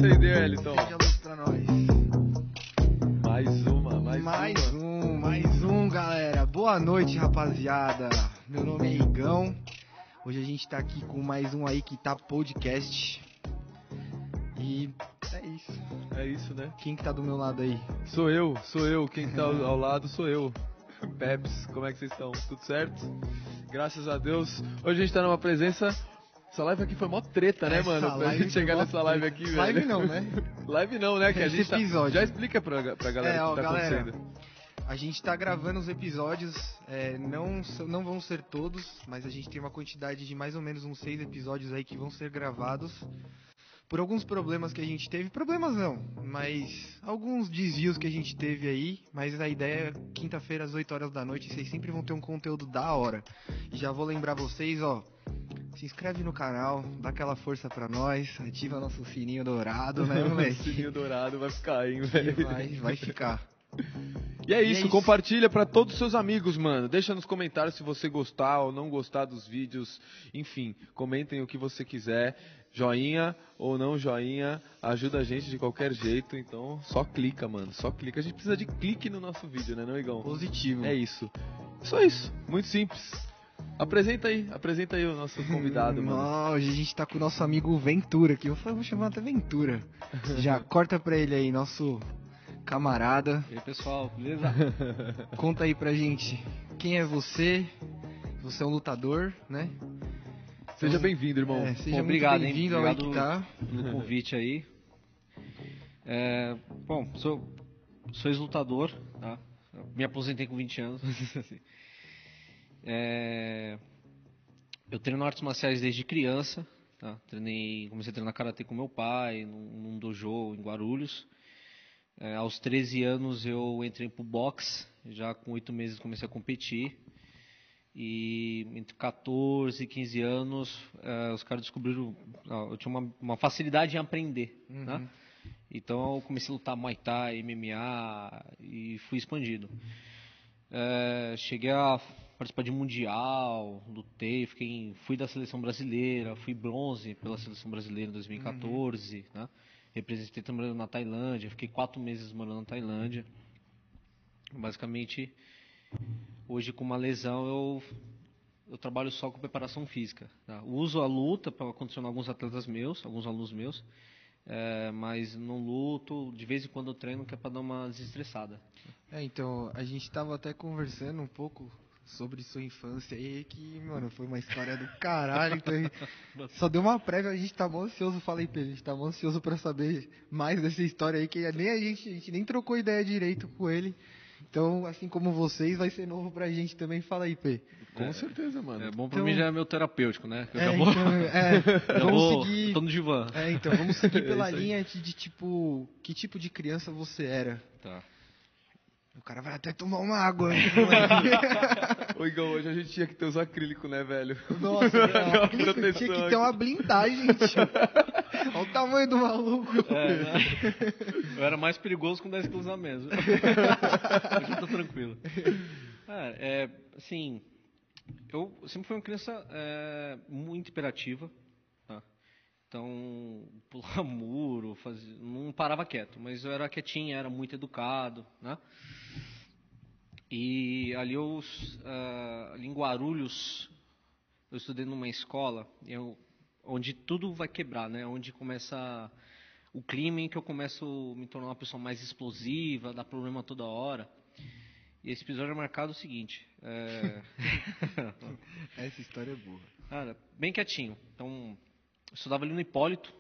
acender, Elton. Acende a luz pra nós. Mais Mais um, galera. Boa noite, rapaziada. Meu nome é Igão. Hoje a gente tá aqui com mais um aí que tá podcast. E é isso. É isso, né? Quem que tá do meu lado aí? Sou eu. Quem tá ao lado sou eu. Peps, como é que vocês estão? Tudo certo? Graças a Deus. Hoje a gente tá numa presença... Essa live aqui foi mó treta, né, mano? Pra gente chegar nessa live aqui, velho. Live não, né? Live não, né? Que a gente episódio. Já explica pra galera o que tá acontecendo. A gente tá gravando os episódios, não vão ser todos, mas a gente tem uma quantidade de mais ou menos uns 6 episódios aí que vão ser gravados. Por alguns problemas que a gente teve, problemas não, mas alguns desvios que a gente teve aí, mas a ideia é quinta-feira às 8 horas da noite, vocês sempre vão ter um conteúdo da hora. E já vou lembrar vocês, ó, se inscreve no canal, dá aquela força pra nós, ativa nosso sininho dourado, né, moleque? O sininho dourado vai ficar aí, velho. Vai ficar. E é isso, compartilha pra todos os seus amigos, mano. Deixa nos comentários se você gostar ou não gostar dos vídeos. Enfim, comentem o que você quiser. Joinha ou não joinha, ajuda a gente de qualquer jeito. Então, só clica, mano. Só clica. A gente precisa de clique no nosso vídeo, né, não, Igão? Positivo. É isso. Só isso. Muito simples. Apresenta aí o nosso convidado, mano. Hoje a gente tá com o nosso amigo Ventura aqui. Vou chamar até Ventura. Já corta pra ele aí, nosso camarada. E aí, pessoal, beleza? Conta aí pra gente, quem é você? Você é um lutador, né? Seja bem-vindo, irmão. Seja muito obrigado, bem-vindo ao Equitá. Pelo convite aí. Sou ex-lutador, tá? Me aposentei com 20 anos. Eu treino artes marciais desde criança, tá? Comecei a treinar karatê com meu pai, num dojo em Guarulhos. Aos 13 anos eu entrei pro boxe, já com 8 meses comecei a competir. E entre 14 e 15 anos, os caras descobriram, eu tinha uma facilidade em aprender, né? Então eu comecei a lutar Muay Thai, MMA e fui expandido. Cheguei a participar de mundial, lutei, fui da seleção brasileira, fui bronze pela seleção brasileira em 2014, né? Representei também na Tailândia, fiquei 4 meses morando na Tailândia. Basicamente, hoje com uma lesão eu trabalho só com preparação física, tá? Uso a luta para condicionar alguns atletas meus, alguns alunos meus, mas não luto, de vez em quando eu treino que é para dar uma desestressada. Então, a gente tava até conversando um pouco sobre sua infância aí, que, mano, foi uma história do caralho. Então, só deu uma prévia, a gente tá mó ansioso, falei pra ele, a gente tá mó ansioso pra saber mais dessa história aí, que nem a gente nem trocou ideia direito com ele. Então, assim como vocês, vai ser novo pra gente também. Fala aí, P. Com certeza, mano. Bom pra mim já é meu terapêutico, né? Vamos seguir. Tô no divã. Então, vamos seguir pela linha de tipo, que tipo de criança você era. Tá. O cara vai até tomar uma água. Ô, Igão, hoje a gente tinha que ter os acrílicos, né, velho? Nossa, tinha que ter uma blindagem, tio. Olha o tamanho do maluco. Eu era mais perigoso com 10 quilos a menos. Hoje eu tô tranquilo. Assim, eu sempre fui uma criança muito hiperativa. Tá? Então, pular muro, não parava quieto. Mas eu era quietinho, era muito educado, né? E ali em Guarulhos, eu estudei numa escola onde tudo vai quebrar, né? Onde começa o clima em que eu começo a me tornar uma pessoa mais explosiva, dar problema toda hora. E esse episódio é marcado o seguinte. Essa história é boa. Cara, bem quietinho. Então, eu estudava ali no Hipólito.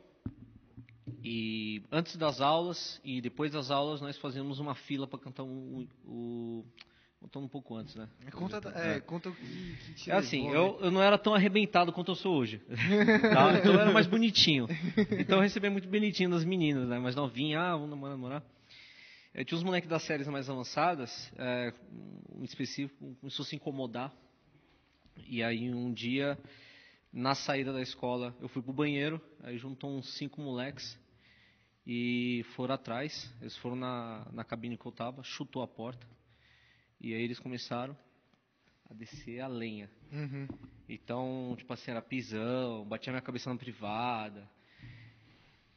E antes das aulas e depois das aulas nós fazíamos uma fila para cantar contando um pouco antes, né? Conta o que te assim, levou, eu não era tão arrebentado quanto eu sou hoje. Tá? Então eu era mais bonitinho. Então eu recebia muito bonitinho das meninas, né? Mais novinha, vamos namorar. Eu tinha uns moleques das séries mais avançadas, um específico, começou a se incomodar. E aí um dia, na saída da escola, eu fui pro banheiro, aí juntou uns 5 moleques e foram atrás. Eles foram na cabine que eu tava, chutou a porta. E aí eles começaram a descer a lenha. Então, tipo assim, era pisão, batia minha cabeça na privada.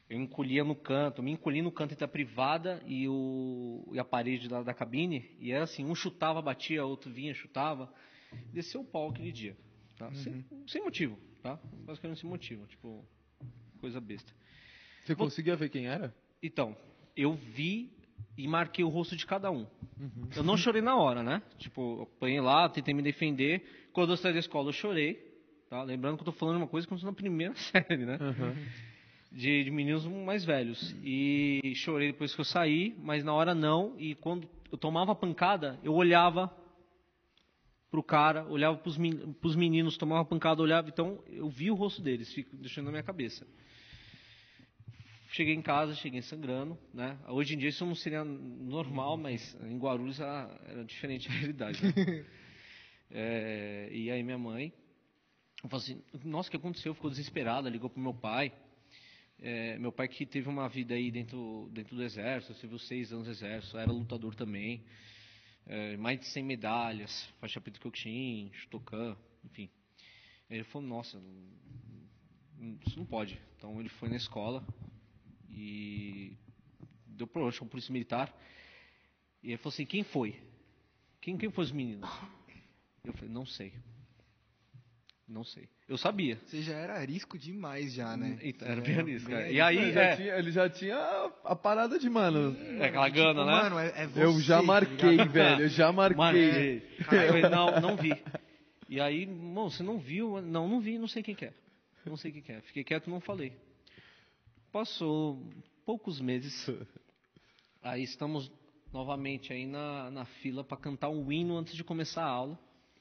Eu encolhia no canto, me encolhi no canto entre a privada e a parede da cabine, e era assim, um chutava, batia, outro vinha, chutava. Desceu o pau aquele dia, tá? Sem motivo, tá? Basicamente sem motivo, tipo, coisa besta. Você conseguia ver quem era? Então, eu vi e marquei o rosto de cada um. Eu não chorei na hora, né? Tipo, eu apanhei lá, tentei me defender. Quando eu saí da escola, eu chorei, tá? Lembrando que eu tô falando uma coisa que aconteceu na primeira série, né? De meninos mais velhos. E chorei depois que eu saí, mas na hora não. E quando eu tomava pancada, eu olhava pro cara, olhava pros meninos, tomava pancada, olhava. Então, eu vi o rosto deles, fico deixando na minha cabeça. Cheguei em casa, cheguei sangrando, né? Hoje em dia isso não seria normal, mas em Guarulhos era diferente a realidade, né? E aí minha mãe falou assim, nossa, o que aconteceu? Ficou desesperada, ligou pro meu pai. Meu pai que teve uma vida aí dentro do exército, teve 6 anos no exército, era lutador também, mais de 100 medalhas, faixa preta Kyokushin, Shotokan, enfim. Ele falou, nossa, isso não pode. Então ele foi na escola e deu problema, chamou a polícia militar, e ele falou assim, quem foi? Quem foi os meninos? Eu falei, não sei. Não sei. Eu sabia. Você já era arisco demais já, né? Era bem arisco, cara. E Aí, aí, ele já tinha a parada de, mano... aquela gana, tipo, né? Mano, é você, Eu já marquei, tá velho. Eu já marquei. Eu falei, não vi. E aí, irmão, você não viu? Não vi, não sei quem que é. Não sei quem que é. Fiquei quieto e não falei. Passou poucos meses. Aí estamos novamente aí na fila para cantar um hino antes de começar a aula.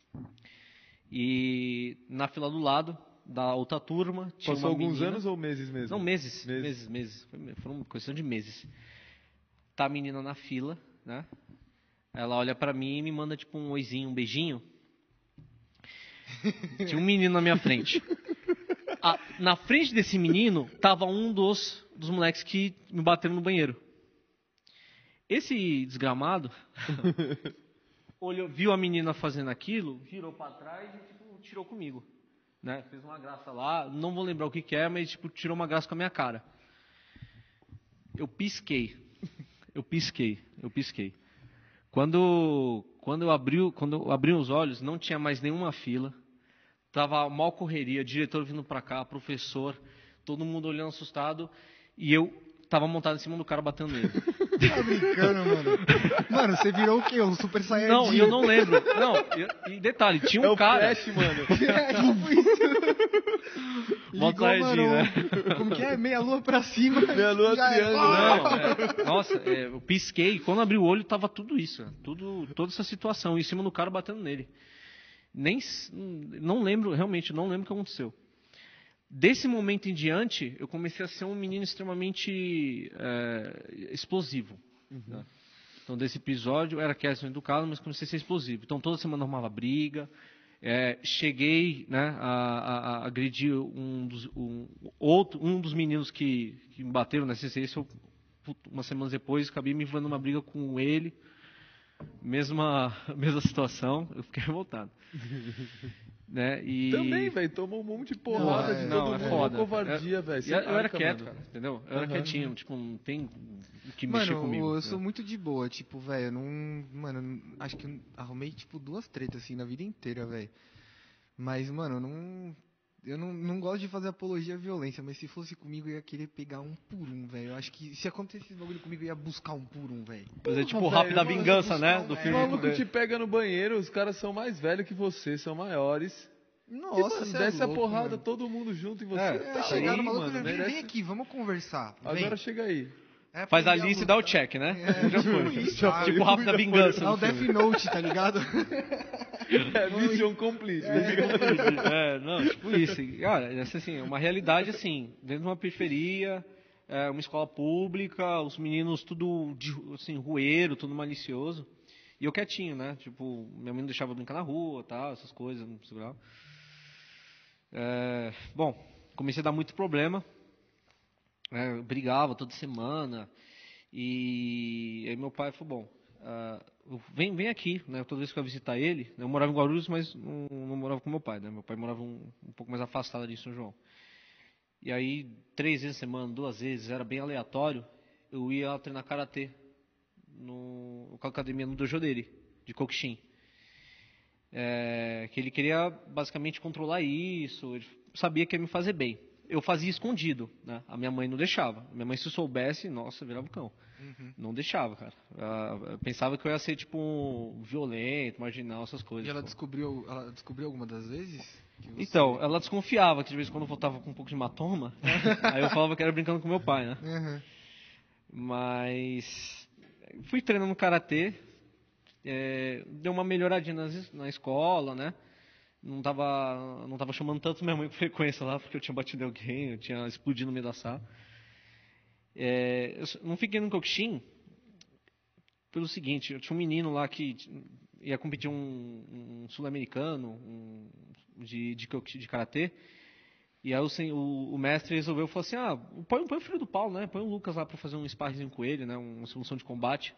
E na fila do lado, da outra turma, tinha Passou uma alguns menina. anos ou meses mesmo? Não, meses. Foram uma questão de meses. Tá a menina na fila, né? Ela olha pra mim e me manda tipo um oizinho, um beijinho. Tinha um menino na minha frente. Na frente desse menino, tava um dos moleques que me bateram no banheiro. Esse desgramado viu a menina fazendo aquilo, virou pra trás e tipo, tirou comigo. Né? Fez uma graça lá, não vou lembrar o que é, mas tipo, tirou uma graça com a minha cara. Eu pisquei. Quando eu abri os olhos, não tinha mais nenhuma fila. Tava mal correria, diretor vindo pra cá, professor, todo mundo olhando assustado, e eu tava montado em cima do cara batendo nele. Tá brincando, mano. Mano, você virou o quê? Um Super Saiyajin? Não, eu não lembro. Não, e detalhe, tinha um cara... Flash, mano. Tipo isso. Moto Saiyajin, né? Como que é? Meia lua pra cima. Meia lua Já triângulo. Nossa, eu pisquei, quando abri o olho tava tudo isso, toda essa situação, em cima do cara batendo nele. Não lembro, realmente, não lembro o que aconteceu. Desse momento em diante, eu comecei a ser um menino extremamente explosivo. Né? Então, desse episódio, eu era quieto, educado, mas comecei a ser explosivo. Então, toda semana arrumava briga. Cheguei, né, a agredir um dos meninos que me bateram na CCS. Umas semanas depois, acabei me envolvendo numa briga com ele. Mesma situação, eu fiquei revoltado. Né? Também, velho, tomou um monte de porrada de todo mundo, foda. Uma covardia, velho. Eu era quieto, cara, entendeu? Eu era quietinho, tipo, não tem que mexer comigo. Mano, eu sou muito de boa, tipo, velho, mano, acho que eu arrumei, tipo, 2 tretas, assim, na vida inteira, velho. Mas, mano, eu não gosto de fazer apologia à violência, mas se fosse comigo, eu ia querer pegar um por um, velho. Eu acho que se acontecesse esse bagulho comigo, eu ia buscar um por um, velho. Mas é tipo Rápida Vingança, né? Do O filme. maluco te pega no banheiro, os caras são mais velhos que você, são maiores. Nossa, E, mano, cê desce é louco, a porrada, mano. todo mundo junto e você tá chegar aí, no maluco, mano. vem aqui, vamos conversar. Vem. Agora chega aí. Faz a aprender lista e lutar. dá o check, né? Já foi. Tipo Rápida Vingança. É o Death Note, tá ligado? Mission complete. Não, tipo isso. Cara, assim, uma realidade assim, dentro de uma periferia, uma escola pública, os meninos tudo assim, rueiro, tudo malicioso. E eu quietinho, né? Tipo, minha mãe não deixava eu brincar na rua, tal, essas coisas, não segurava. Bom, comecei a dar muito problema. Eu brigava toda semana. E aí meu pai falou, bom, vem aqui, né? Toda vez que eu ia visitar ele, eu morava em Guarulhos, mas não morava com meu pai, né? Meu pai morava um pouco mais afastado ali em São João. E aí, 3 vezes a semana, 2 vezes, era bem aleatório, eu ia treinar karatê com a academia no dojo dele, de Kokushin. Que ele queria basicamente controlar isso, ele sabia que ia me fazer bem. Eu fazia escondido, né? A minha mãe não deixava. Minha mãe, se soubesse, nossa, virava o cão. Não deixava, cara. Eu pensava que eu ia ser, tipo, violento, marginal, essas coisas. E ela pô. descobriu alguma das vezes? Que você- Então, ela desconfiava que de vez em quando eu voltava com um pouco de hematoma. Aí eu falava que era brincando com meu pai, né? Uhum. Mas fui treinando karatê, deu uma melhoradinha na escola, né? Não tava chamando tanto minha mãe com frequência lá, porque eu tinha batido em alguém, eu tinha explodido no meio da sala. Eu não fiquei no Kokushin pelo seguinte, eu tinha um menino lá que ia competir um sul-americano de karatê. E aí o mestre resolveu, falou assim, põe o filho do Paulo, né? Põe o Lucas lá pra fazer um sparring com ele, né? Uma solução de combate.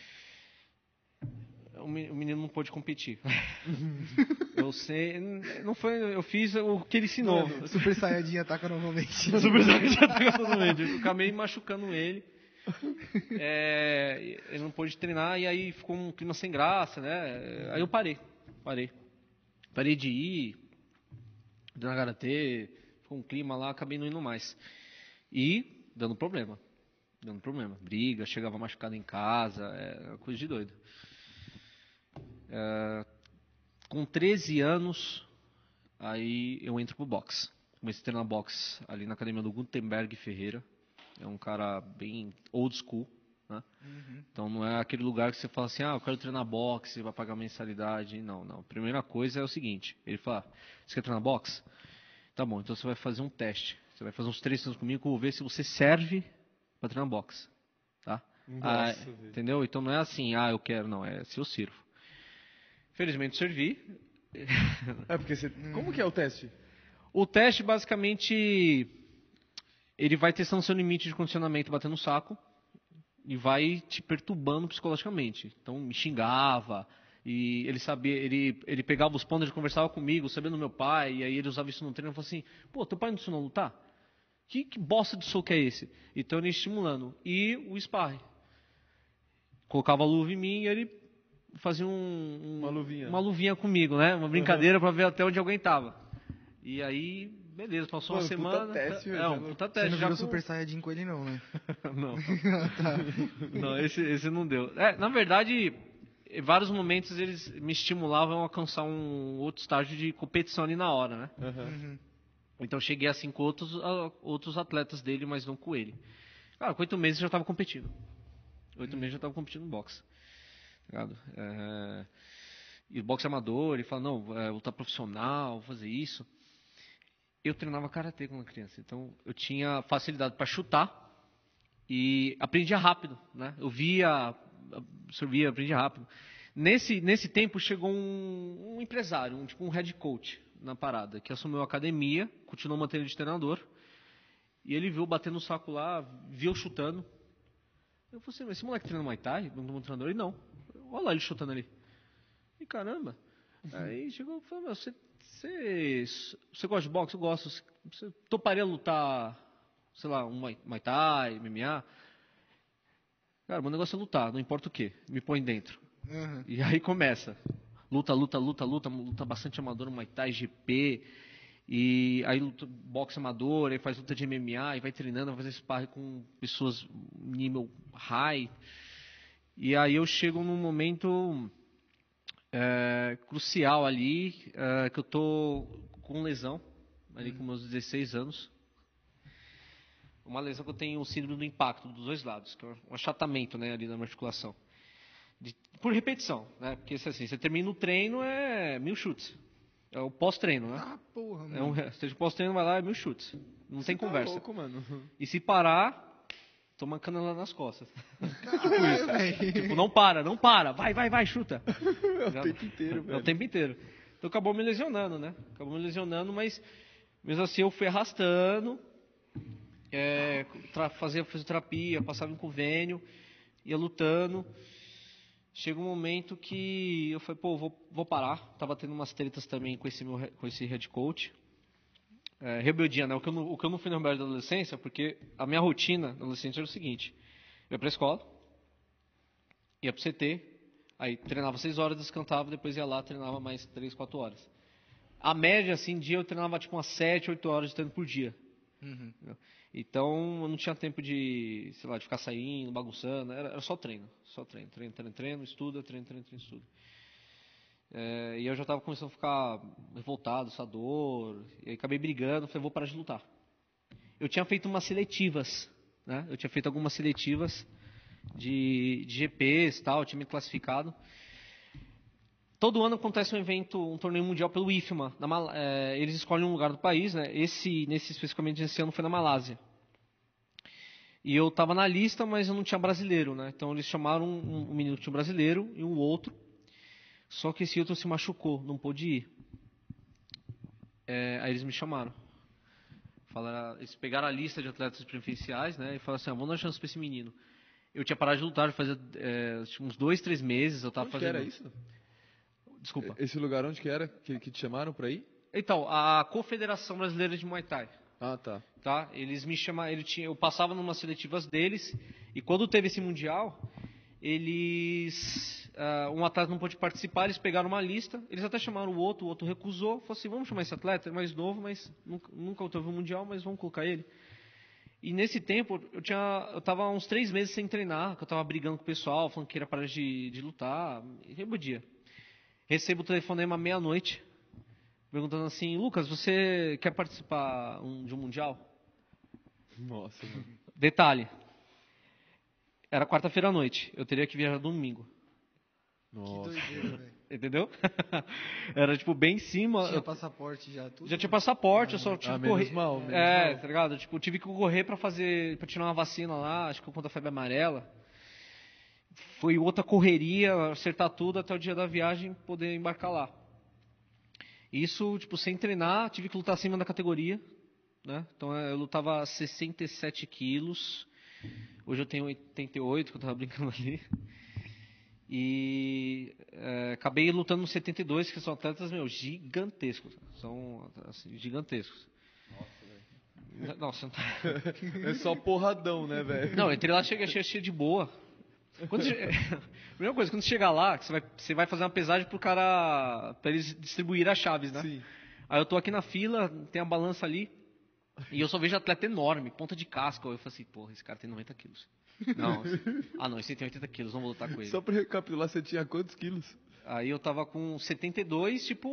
O menino não pôde competir. Eu sei, não foi, eu fiz o que ele ensinou. Mano, Super Saiyajin ataca novamente. Super Saiyajin ataca totalmente. Eu acabei machucando ele. Ele não pôde treinar e aí ficou um clima sem graça, né? Aí eu parei. Parei de ir, na karatê, ficou um clima lá, acabei não indo mais. E dando problema. Briga, chegava machucado em casa, coisa de doido. Com 13 anos, aí eu entro pro boxe. Comecei a treinar boxe ali na academia do Gutenberg Ferreira. É um cara bem old school, né? Então não é aquele lugar que você fala assim, eu quero treinar boxe, vai pagar mensalidade. Não. A primeira coisa é o seguinte, ele fala, você quer treinar boxe? Tá bom, então você vai fazer um teste. Você vai fazer uns 3 treinos comigo que eu vou ver se você serve para treinar boxe. Tá? Nossa, entendeu? Então não é assim, eu quero, não, é se eu sirvo. Felizmente servi. Porque você... Como que é o teste? O teste, basicamente, ele vai testando seu limite de condicionamento batendo no saco e vai te perturbando psicologicamente. Então, me xingava, e ele sabia, ele pegava os pontos, ele conversava comigo, sabendo do meu pai, e aí ele usava isso no treino e falava assim, teu pai não ensinou a lutar? Que bosta de soco é esse? Então, ele estimulando. E o sparring. Colocava a luva em mim e ele fazia uma luvinha comigo, né? Uma brincadeira para ver até onde eu aguentava. E aí, beleza, passou uma semana. Puta teste, puta Você teste. não virou Super Saiyajin com ele não, né? Não. Tá. Não, esse não deu. Na verdade, em vários momentos eles me estimulavam a alcançar um outro estágio de competição ali na hora, né? Uhum. Então cheguei assim com outros atletas dele, mas não com ele. Cara, com 8 meses eu já estava competindo. 8 meses eu já estava competindo no boxe. Ligado? E o boxe amador, ele fala, não, lutar profissional, vou fazer isso. Eu treinava karatê quando criança, então eu tinha facilidade para chutar e aprendia rápido, né? Eu via, absorvia, aprendia rápido. Nesse tempo chegou um empresário, um head coach na parada, que assumiu a academia, continuou mantendo de treinador, e ele viu batendo o saco lá, viu eu chutando. Eu falei assim, esse moleque treina Muay Thai? Não treinador? Ele não. Olha lá ele chutando ali. E caramba. Aí chegou e falou, você gosta de boxe? Eu gosto. Você toparia lutar, sei lá, um Muay Thai, MMA? Cara, meu negócio é lutar, não importa o que. Me põe dentro. Uhum. E aí começa. Luta bastante amador, Muay Thai, GP. E aí luta boxe amador, aí faz luta de MMA, e vai treinando, vai fazer sparring com pessoas nível high. E aí eu chego num momento crucial ali, que eu tô com lesão, ali com meus 16 anos. Uma lesão que eu tenho síndrome do impacto dos dois lados, que é um achatamento, né, ali na articulação. Por repetição, né? Porque assim, você termina o treino, 1000 chutes. É o pós-treino, né? Porra, mano. Seja o pós-treino, vai lá, 1000 chutes. Não tem conversa. Louco, mano. E se parar, toma canela nas costas. Caralho, velho. Tipo, não para. Vai, chuta. É o tempo inteiro, velho. É o tempo inteiro. Então acabou me lesionando, né? Mas mesmo assim eu fui arrastando, fazia fisioterapia, passava em convênio, ia lutando. Chega um momento que eu falei, vou parar. Tava tendo umas tretas também com esse head coach. rebeldia, né? O que eu não fui na rebelde da adolescência, porque a minha rotina na adolescência era o seguinte: eu ia pra escola, ia pro CT, aí treinava 6 horas, descansava, depois ia lá, treinava mais 3, 4 horas. A média, assim, dia eu treinava tipo umas 7, 8 horas de treino por dia. Uhum. Então, eu não tinha tempo de, sei lá, de ficar saindo, bagunçando, era só treino. Só treino, estuda, treino, estuda. E eu já estava começando a ficar revoltado, essa dor, e aí acabei brigando, falei, vou parar de lutar. Eu tinha feito umas seletivas, né? Eu tinha feito algumas seletivas de GPs e tal, eu tinha me classificado. Todo ano acontece um evento, um torneio mundial pelo IFMA. Eles escolhem um lugar do país, né? Especificamente esse ano foi na Malásia. E eu estava na lista, mas eu não tinha brasileiro, né? Então eles chamaram um menino que tinha um brasileiro e um outro. Só que esse outro se machucou, não pôde ir. Aí eles me chamaram. Eles pegaram a lista de atletas preferenciais, né? E falaram assim, vamos dar chance para esse menino. Eu tinha parado de lutar, fazia uns 2, 3 meses. Eu tava fazendo... que era isso? Desculpa. Esse lugar onde que era que te chamaram para ir? Então, a Confederação Brasileira de Muay Thai. Ah, tá. Tá? Eles me chamaram, eu passava em umas seletivas deles, e quando teve esse mundial, um atleta não pôde participar, eles pegaram uma lista, eles até chamaram o outro recusou, falou assim, vamos chamar esse atleta, é mais novo, mas nunca teve um mundial, mas vamos colocar ele. E nesse tempo, eu estava há uns 3 meses sem treinar, que eu estava brigando com o pessoal, falando que era parar de lutar, rebeldia. Recebo o telefonema meia-noite, perguntando assim, Lucas, você quer participar de um mundial? Nossa, mano. Detalhe, era quarta-feira à noite, eu teria que viajar domingo. Nossa. Que doideira, velho. Entendeu? Era tipo bem em cima. Tinha passaporte já, tudo? Já tinha passaporte, eu só tive que correr. Menos mal. Tá ligado? Tipo, eu tive que correr pra tirar uma vacina lá, acho que contra a febre amarela. Foi outra correria, acertar tudo até o dia da viagem poder embarcar lá. Isso, tipo, sem treinar, tive que lutar acima da categoria, né? Então eu lutava 67 quilos, hoje eu tenho 88, que eu tava brincando ali. E acabei lutando no 72, que são atletas, gigantescos. São, assim, gigantescos. Nossa, é só porradão, né, velho? Não, entrei lá, cheguei de boa. Primeira coisa, quando você chegar lá, você vai fazer uma pesagem pra eles distribuir as chaves, né? Sim. Aí eu tô aqui na fila, tem a balança ali, e eu só vejo atleta enorme, ponta de casca. Eu falei assim, porra, esse cara tem 90 quilos. Não, esse tem 80 quilos, vamos lutar com ele. Só pra recapitular, você tinha quantos quilos? Aí eu tava com 72, tipo,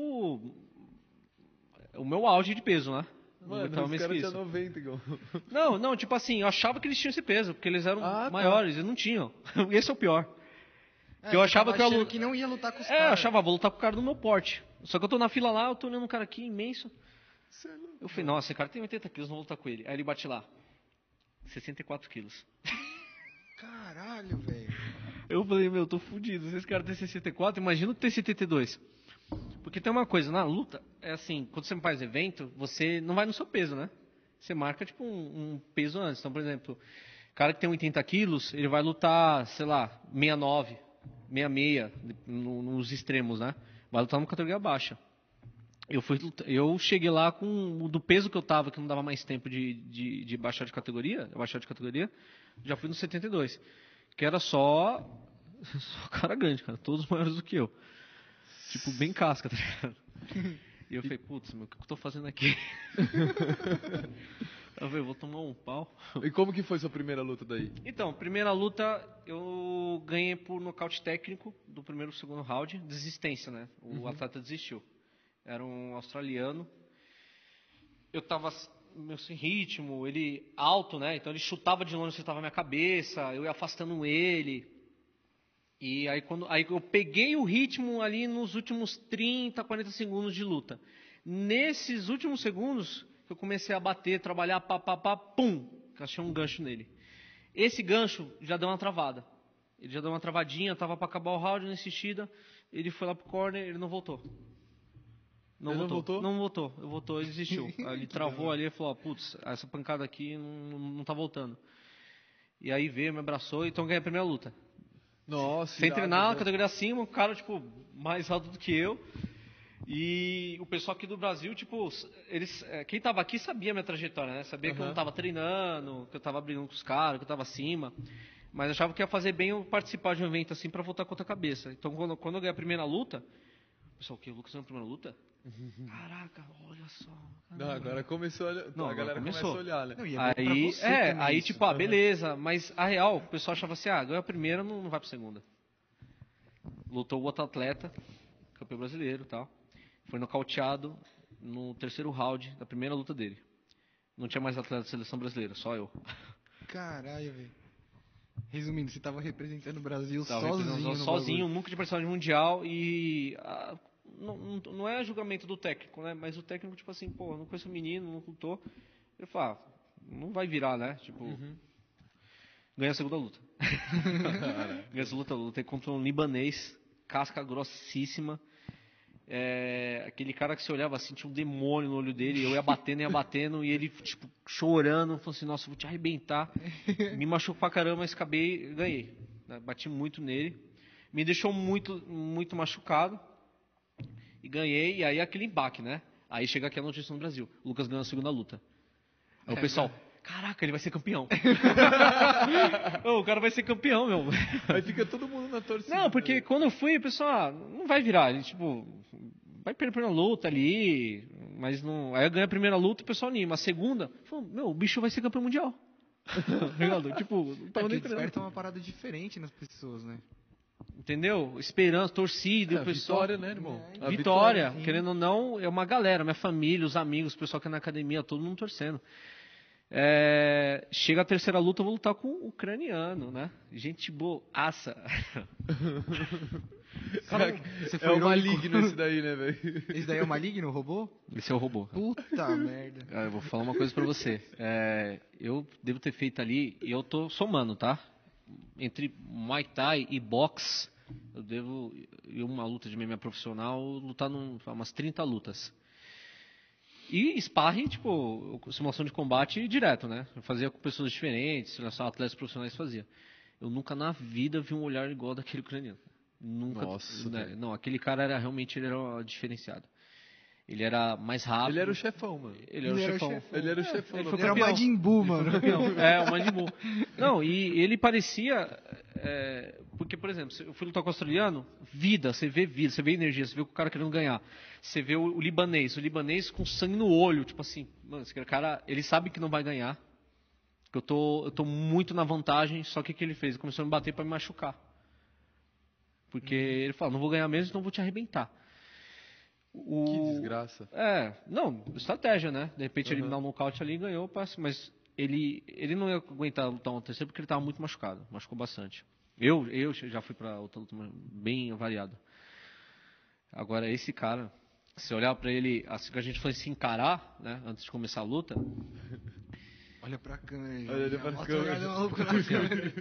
o meu auge de peso, né? Mano, os caras tinham 90, igual. Não, tipo assim, eu achava que eles tinham esse peso, porque eles eram maiores, eles não tinham. Esse é o pior. Eu achava que não ia lutar com os caras. caras. Eu achava, vou lutar com o cara do meu porte. Só que eu tô na fila lá, eu tô olhando um cara aqui imenso. Eu falei, nossa, esse cara tem 80 quilos, não vou lutar com ele. Aí ele bate lá, 64 quilos. Caralho, velho. Eu falei, eu tô fudido. Se esse cara tem 64, imagina ter 72. Porque tem uma coisa, na luta, é assim, quando você faz evento, você não vai no seu peso, né? Você marca, tipo, um peso antes. Então, por exemplo, o cara que tem 80 quilos, ele vai lutar, sei lá, 69, 66, nos extremos, né? Vai lutar numa categoria baixa. Eu cheguei lá com do peso que eu tava, que não dava mais tempo de baixar de categoria, já fui no 72. Que era só cara grande, cara, todos maiores do que eu. Tipo, bem casca, tá ligado? E eu falei, putz, o que eu tô fazendo aqui? Eu falei, vou tomar um pau. E como que foi sua primeira luta daí? Então, primeira luta, eu ganhei por nocaute técnico do primeiro e segundo round, desistência, né? O atleta desistiu. Era um australiano. Eu tava sem ritmo, ele alto, né? Então ele chutava de longe, acertava a minha cabeça, eu ia afastando ele. E aí eu peguei o ritmo ali nos últimos 30, 40 segundos de luta. Nesses últimos segundos, eu comecei a bater, trabalhar, pum, achei um gancho nele. Esse gancho já deu uma travada. Ele já deu uma travadinha, tava para acabar o round na insistida, ele foi lá pro corner, ele não voltou. Não voltou, ele desistiu. Aí ele travou ali e falou, putz, essa pancada aqui não tá voltando. E aí veio, me abraçou, então ganhei a primeira luta. Nossa, sem treinar, categoria acima, um cara, tipo, mais alto do que eu. E o pessoal aqui do Brasil, tipo, quem tava aqui sabia a minha trajetória, né? Sabia que eu não tava treinando, que eu tava brigando com os caras, que eu tava acima. Mas achava que ia fazer bem eu participar de um evento assim pra voltar com outra cabeça. Então, quando eu ganhei a primeira luta, o pessoal, o quê? O Lucas ganhou a primeira luta? Caraca, olha só. Não, agora começou a olhar. Não, a galera começou. começou a olhar, né? Não, e é bom pra você também isso. Tipo, beleza. Mas a real, o pessoal achava assim, ganhou a primeira, não vai pra segunda. Lutou o outro atleta, campeão brasileiro e tal. Foi nocauteado no terceiro round da primeira luta dele. Não tinha mais atleta da seleção brasileira, só eu. Caralho, velho. Resumindo, você tava representando o Brasil Tava sozinho. Sozinho, nunca de participar de mundial e... não é julgamento do técnico, né? Mas o técnico, tipo assim, pô, não conheço o menino, não lutou. Ele fala, não vai virar, né? Tipo, ganha a segunda luta. Ganha a luta, lutei contra um libanês, casca grossíssima. Aquele cara que você olhava assim, tinha um demônio no olho dele, eu ia batendo, e ele, tipo, chorando, falando assim, nossa, vou te arrebentar. Me machucou pra caramba, mas ganhei. Bati muito nele. Me deixou muito, muito machucado. E ganhei, e aí aquele embaque, né? Aí chega aqui a notícia no Brasil. O Lucas ganhou a segunda luta. Aí o pessoal, caraca, ele vai ser campeão. O cara vai ser campeão, meu. Aí fica todo mundo na torcida. Não, porque quando eu fui, o pessoal, não vai virar. Ele, tipo, vai perder a primeira luta ali, mas não... Aí eu ganhei a primeira luta, o pessoal anima. A segunda, falou, meu, o bicho vai ser campeão mundial. Tipo, não tava nem desperta uma parada diferente nas pessoas, né? Entendeu? Esperança, torcida, o pessoal... Vitória, né, irmão? A vitória, querendo ou não, é uma galera, minha família, os amigos, o pessoal que é na academia, todo mundo torcendo. Chega a terceira luta, eu vou lutar com o ucraniano, né? Gente boaça. Cara, é o maligno esse daí, né, velho? Esse daí é o maligno, o robô? Esse é o robô. Puta merda. Eu vou falar uma coisa pra você. Eu devo ter feito ali, e eu tô somando, tá? Entre Muay Thai e boxe, eu devo, em uma luta de MMA profissional, lutar umas 30 lutas. E sparring, tipo, simulação de combate direto, né? Eu fazia com pessoas diferentes, só atletas profissionais fazia. Eu nunca na vida vi um olhar igual daquele ucraniano. Nunca. Nossa. Né? Não, aquele cara era diferenciado. Ele era mais rápido. Ele era o chefão, mano. Ele era o chefão. Ele era o chefão. Ele era o Majin Buu, mano. O Majin Buu. Não, e ele parecia... porque, por exemplo, eu fui lutar com o australiano, você vê energia, você vê o cara querendo ganhar. Você vê o libanês com sangue no olho, tipo assim, mano, esse cara, ele sabe que não vai ganhar. Que eu tô muito na vantagem, só que o que ele fez? Ele começou a me bater pra me machucar. Porque ele falou, não vou ganhar mesmo, então vou te arrebentar. Que desgraça. Não, estratégia, né? De repente ele me dá um nocaute ali e ganhou, mas ele não ia aguentar lutar um terceiro porque ele estava muito machucado, machucou bastante. Eu já fui para outra luta bem avariado. Agora esse cara, se olhar para ele, assim que a gente foi se encarar, né, antes de começar a luta. Olha pra câmera. Olha pra câmera.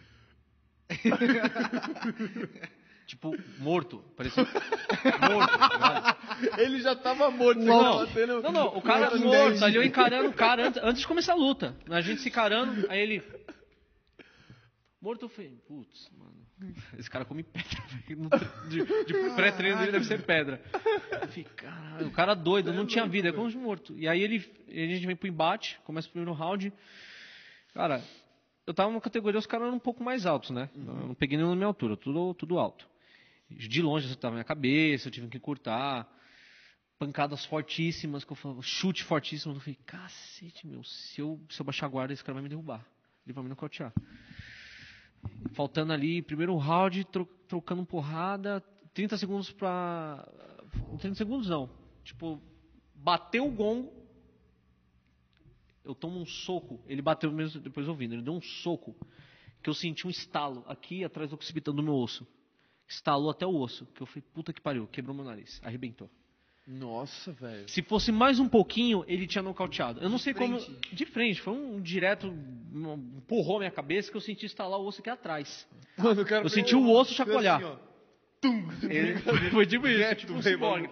Tipo, morto. Parecia morto. Cara. Ele já tava morto. Não, o cara morto. Ali eu encarando o cara antes de começar a luta. A gente se encarando, aí ele... Morto, eu falei, putz, mano, esse cara come pedra. De pré-treino dele deve ser pedra. Eu falei, caralho, o cara doido, não tinha vida, é como de morto. E aí a gente vem pro embate, começa o primeiro round. Cara, eu tava numa categoria, os caras eram um pouco mais altos, né? Eu não peguei nenhuma na minha altura, tudo alto. De longe você tava na minha cabeça, eu tive que encurtar. Pancadas fortíssimas, que eu falava, chute fortíssimo. Eu falei, cacete, meu, se eu baixar a guarda, esse cara vai me derrubar. Ele vai me nocautear. Faltando ali, primeiro round, trocando porrada, 30 segundos pra... 30 segundos não. Tipo, bateu o gongo, eu tomo um soco, ele bateu mesmo depois ouvindo, ele deu um soco, que eu senti um estalo aqui atrás do occipitano do meu osso. Estalou até o osso, que eu falei, puta que pariu, quebrou meu nariz, arrebentou. Nossa, velho. Se fosse mais um pouquinho, ele tinha nocauteado. Eu não sei como... De frente, foi um direto, empurrou minha cabeça que eu senti estalar o osso aqui atrás. Mano, o cara eu senti o osso chacoalhar. Assim, tum. Ele foi tipo isso, tipo um ciborgue.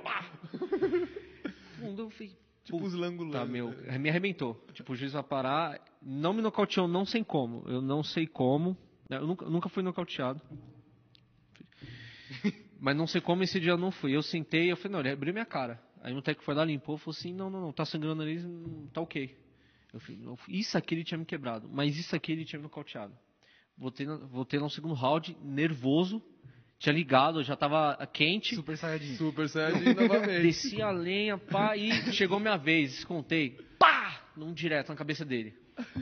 Eu falei, tipo os langulangos. Tá, meu, me arrebentou. Tipo, o juiz vai parar, não me nocauteou, não sei como. Eu não sei como. Eu nunca fui nocauteado. Mas não sei como esse dia eu não fui. Eu sentei, eu falei, não, ele abriu minha cara. Aí o técnico foi lá, limpou, falou assim, não, tá sangrando ali, tá ok. Eu falei, não, isso aqui ele tinha me quebrado, mas isso aqui ele tinha me nocauteado. Voltei no segundo round, nervoso, tinha ligado, já tava quente. Super Saiyajin. Super Saiyajin novamente. Desci a lenha, pá, e chegou minha vez, descontei. Pá! Num direto na cabeça dele.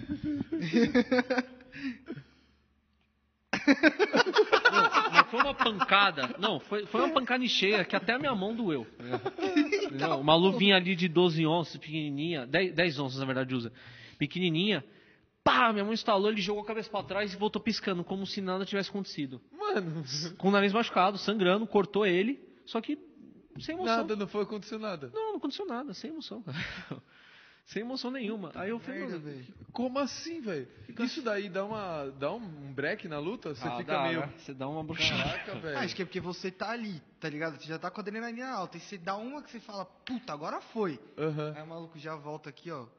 Mas foi uma pancada. Não, foi uma pancada em cheia que até a minha mão doeu. Não, uma luvinha ali de 12 onças, pequenininha. 10 onças, na verdade, usa. Pequenininha. Pá, minha mão instalou, ele jogou a cabeça pra trás e voltou piscando, como se nada tivesse acontecido. Mano, Com o nariz machucado, sangrando, cortou ele. Só que sem emoção. nada, não foi aconteceu nada. Não aconteceu nada, sem emoção. Sem emoção nenhuma. Aí eu falei, Merda, mano, velho. Como assim, velho? Isso daí dá um break na luta? Você fica dá, meio... né? Você dá uma bruxada. Caraca, velho. Acho que é porque você tá ali, tá ligado? Você já tá com a adrenalina alta. E você dá uma que você fala, puta, agora foi. Aham. Aí o maluco já volta aqui, ó.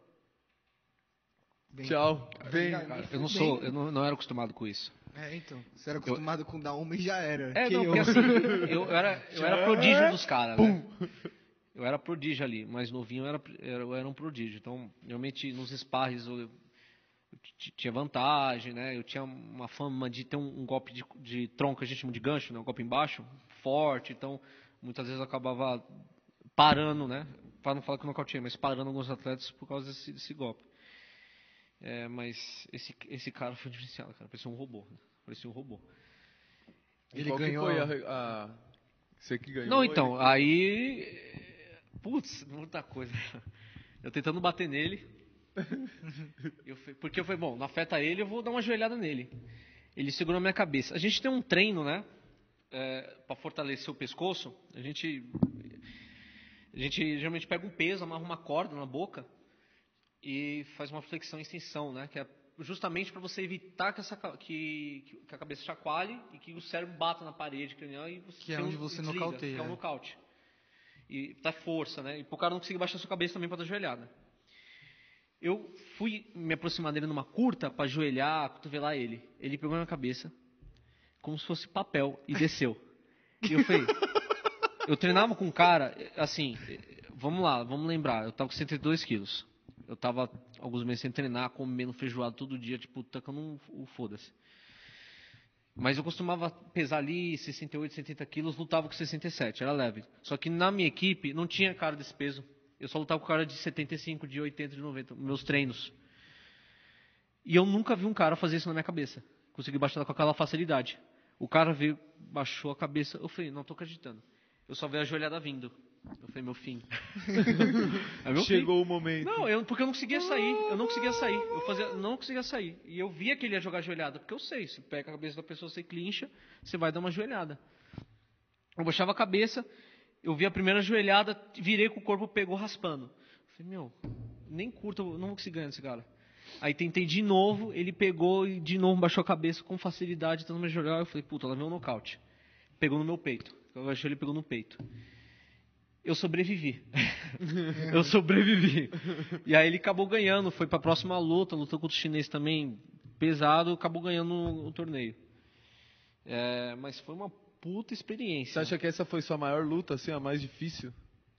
Bem- Tchau. Vem. Cara, Eu não era acostumado com isso. É, então. Você era acostumado com dar uma e já era. É, Que não, eu. porque assim, eu era prodígio dos caras, né? Eu era prodígio ali, mas novinho eu era um prodígio. Então, realmente, nos sparres eu tinha vantagem, né? Eu tinha uma fama de ter um golpe de tronco, que a gente chama de gancho, né? Um golpe embaixo, forte. Então, muitas vezes eu acabava parando, né? Para não falar que eu nocauteei, mas parando alguns atletas por causa desse golpe. É, mas esse cara foi diferenciado, cara. Parecia um robô. Né? Parecia um robô. Ele Qual que ganhou. foi você que ganhou? Não, então, aí... Putz, muita coisa. Eu tentando bater nele. Porque eu falei, bom, não afeta ele, eu vou dar uma joelhada nele. Ele segurou a minha cabeça. A gente tem um treino, né? Para fortalecer o pescoço. A gente geralmente pega um peso, amarra uma corda na boca e faz uma flexão e extensão, né? Que é justamente para você evitar que a cabeça chacoalhe e que o cérebro bata na parede cranial e Que é onde você desliga, nocauteia, que é um né? nocaute. E dá força, né? E pro cara não conseguir baixar a sua cabeça também para dar joelhada. Eu fui me aproximar dele numa curta para ajoelhar, cotovelar ele. Ele pegou na minha cabeça como se fosse papel e desceu. E eu falei, eu treinava com um cara, assim, vamos lembrar, eu tava com 102 quilos. Eu tava alguns meses sem treinar, comendo feijoada todo dia, tipo, tacando um foda-se. Mas eu costumava pesar ali 68, 70 quilos, lutava com 67, era leve. Só que na minha equipe não tinha cara desse peso. Eu só lutava com cara de 75, de 80, de 90, meus treinos. E eu nunca vi um cara fazer isso na minha cabeça. Consegui baixar com aquela facilidade. O cara veio, baixou a cabeça, eu falei, não tô acreditando. Eu só vi a joelhada vindo. Eu falei, meu fim. É meu Chegou fim. o momento. Não, porque eu não conseguia sair. Não conseguia sair. E eu via que ele ia jogar joelhada, porque eu sei, se pega a cabeça da pessoa, você clincha, você vai dar uma joelhada. Eu baixava a cabeça, eu vi a primeira joelhada, virei com o corpo, pegou raspando. Eu falei, meu, nem curto, eu não vou conseguir ganhar desse cara. Aí tentei de novo, ele pegou e de novo baixou a cabeça com facilidade, tentando me jogar. Eu falei, puta, lá vem um nocaute. Pegou no meu peito. Eu achei ele pegou no peito. Eu sobrevivi. Eu sobrevivi. E aí ele acabou ganhando, foi pra próxima luta, lutou contra o chinês também, pesado, acabou ganhando o torneio. Mas foi uma puta experiência. Você acha que essa foi sua maior luta, assim, a mais difícil?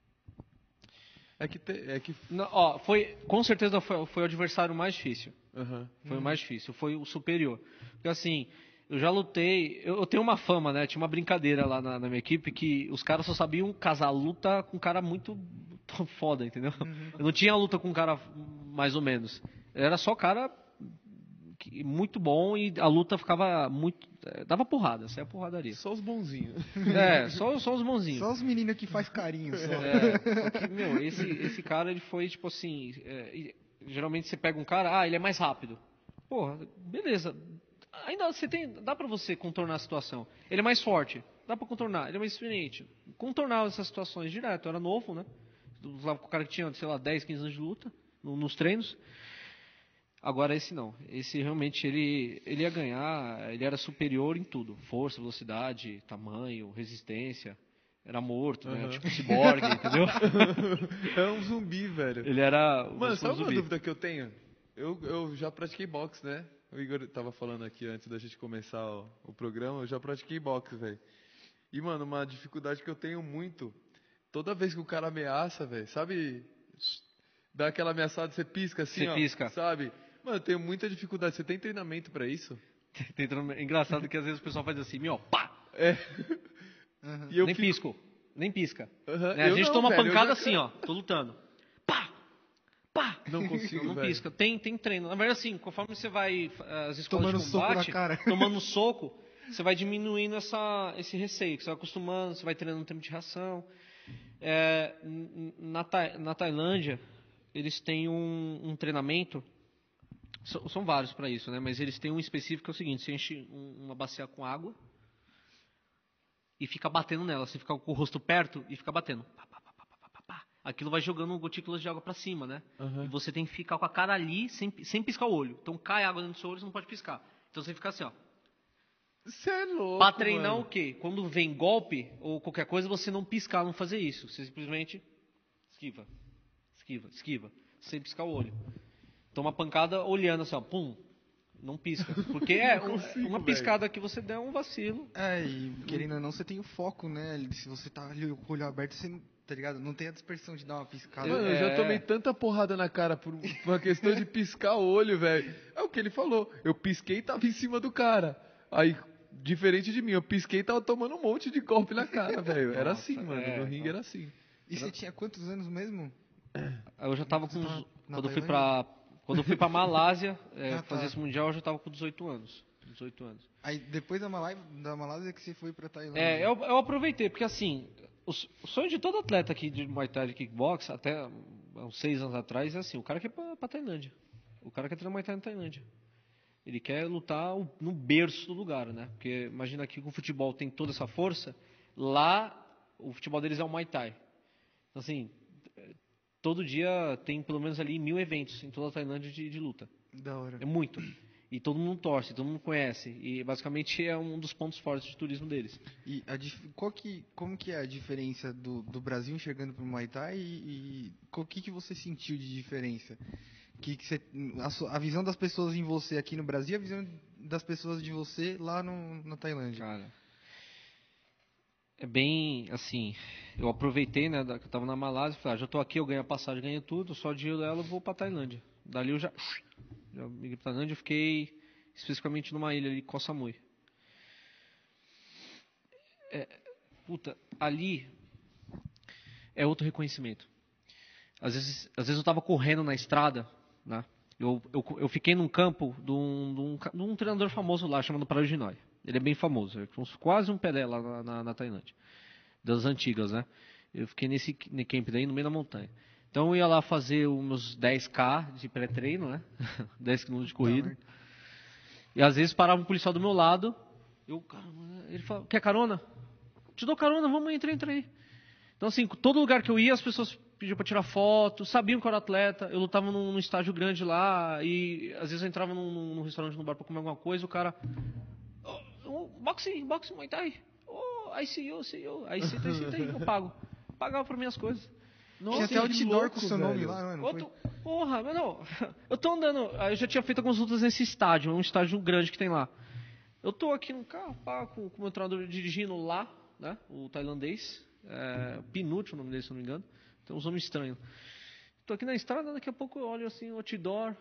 Não, com certeza foi o adversário mais difícil. Uhum. Foi o mais difícil, foi o superior. Porque assim, eu já lutei, eu tenho uma fama, né? Tinha uma brincadeira lá na minha equipe que os caras só sabiam casar luta com um cara muito foda, entendeu? Eu não tinha luta com um cara mais ou menos. Era só cara muito bom e a luta ficava muito... dava porrada, saia porradaria. Só os bonzinhos. Só os bonzinhos. Só os meninos que faz carinho. Só. Só que, meu, esse cara, ele foi tipo assim... geralmente você pega um cara, ele é mais rápido. Porra, beleza. Ainda dá pra você contornar a situação. Ele é mais forte, dá pra contornar. Ele é mais experiente. Contornar essas situações direto. Eu era novo, né? Usava com o cara que tinha, sei lá, 10, 15 anos de luta nos treinos. Agora esse não. Esse realmente ele ia ganhar, ele era superior em tudo. Força, velocidade, tamanho, resistência. Era morto, né? Tipo ciborgue, entendeu? É um zumbi, velho. Ele era Mano, sabe zumbi. uma dúvida que eu tenho? Eu já pratiquei boxe, né? O Igor tava falando aqui antes da gente começar o programa, eu já pratiquei boxe, velho. E, mano, uma dificuldade que eu tenho muito, toda vez que o cara ameaça, velho, sabe? Dá aquela ameaçada, você pisca assim, Você ó. pisca. Sabe? Mano, eu tenho muita dificuldade. Você tem treinamento pra isso? Engraçado que às vezes o pessoal faz assim, meu, pá! É. E eu Nem fico- pisco. Nem pisca. Aham, Né? A eu gente não, toma velho, eu pancada já- assim, ó. Tô lutando. Pá! Pá! Não consigo, Não velho. pisca. Tem treino. Na verdade, assim, conforme você vai às escolas Tomando de soco combate, na cara. tomando soco, você vai diminuindo esse receio. Você vai acostumando, você vai treinando o tempo de reação. Na Tailândia, eles têm um treinamento. São vários para isso, né? Mas eles têm um específico que é o seguinte: você enche uma bacia com água e fica batendo nela. Você fica com o rosto perto e fica batendo. Pá, pá, pá, pá, pá, pá, pá. Aquilo vai jogando gotículas de água para cima, né? Aham. E você tem que ficar com a cara ali sem piscar o olho. Então cai água dentro do seu olho, você não pode piscar. Então você fica assim, ó. Você é louco, Pra treinar mano. o quê? Quando vem golpe ou qualquer coisa, você não piscar, não fazer isso. Você simplesmente esquiva, esquiva, esquiva, sem piscar o olho. Toma pancada olhando assim, ó, pum, não pisca. Porque consigo, uma velho. piscada que você der é um vacilo. E querendo ou não, você tem o foco, né? Se você tá ali com o olho aberto, você, tá ligado? Não tem a dispersão de dar uma piscada. Mano, eu já tomei tanta porrada na cara por uma questão de piscar o olho, velho. É o que ele falou. Eu pisquei e tava em cima do cara. Aí, diferente de mim, eu pisquei e tava tomando um monte de golpe na cara, velho. Era Nossa, assim, mano. No ringue então. era assim. E você tinha quantos anos mesmo? Eu já tava com Você tava na quando eu fui pra Malásia Ah, tá. fazer esse mundial, eu já tava com 18 anos. 18 anos. Aí depois da Malásia que você foi pra Tailândia. Eu aproveitei, porque assim, o sonho de todo atleta aqui de Muay Thai e Kickbox, até há uns 6 anos atrás, é assim, o cara quer ir pra Tailândia. O cara quer treinar Muay Thai na Tailândia. Ele quer lutar no berço do lugar, né? Porque imagina aqui que o futebol tem toda essa força, lá o futebol deles é o Muay Thai. Então assim, todo dia tem pelo menos ali 1000 eventos em toda a Tailândia de luta. Da hora. É muito. E todo mundo torce, todo mundo conhece. E basicamente é um dos pontos fortes de turismo deles. E como que é a diferença do Brasil enxergando pro Muay Thai e o que você sentiu de diferença? A visão das pessoas em você aqui no Brasil e a visão das pessoas de você lá na Tailândia. Cara, é bem assim. Eu aproveitei, né, que eu tava na Malásia, falei, já tô aqui, eu ganhei a passagem, ganhei tudo, só de ir dela eu vou pra Tailândia. Dali eu já migrei pra Tailândia, eu fiquei especificamente numa ilha ali, Koh Samui. Ali é outro reconhecimento. Às vezes eu tava correndo na estrada, né? Eu fiquei num campo de um treinador famoso lá, chamado Prajinoi. Ele é bem famoso, é quase um Pelé lá na Tailândia, das antigas, né? Eu fiquei nesse camp daí, no meio da montanha. Então eu ia lá fazer os meus 10K de pré-treino, né? 10 km de corrida. E às vezes parava um policial do meu lado, ele falava, quer carona? Te dou carona, vamos, entra aí. Então assim, todo lugar que eu ia, as pessoas pediam para tirar foto, sabiam que eu era atleta, eu lutava num estádio grande lá, e às vezes eu entrava num restaurante, num bar para comer alguma coisa, o cara... boxing, Muay Thai. I see you. Aí senta aí, eu pago. Pagava por minhas coisas. Tinha até outdoor com o seu nome lá, não foi? Porra, mas não. Eu tô andando. Eu já tinha feito algumas lutas nesse estádio, é um estádio grande que tem lá. Eu tô aqui no carro, com o meu treinador dirigindo lá, né? O tailandês. Pinute, o nome dele, se não me engano. Tem uns nomes estranhos. Tô aqui na estrada, daqui a pouco eu olho assim, outdoor.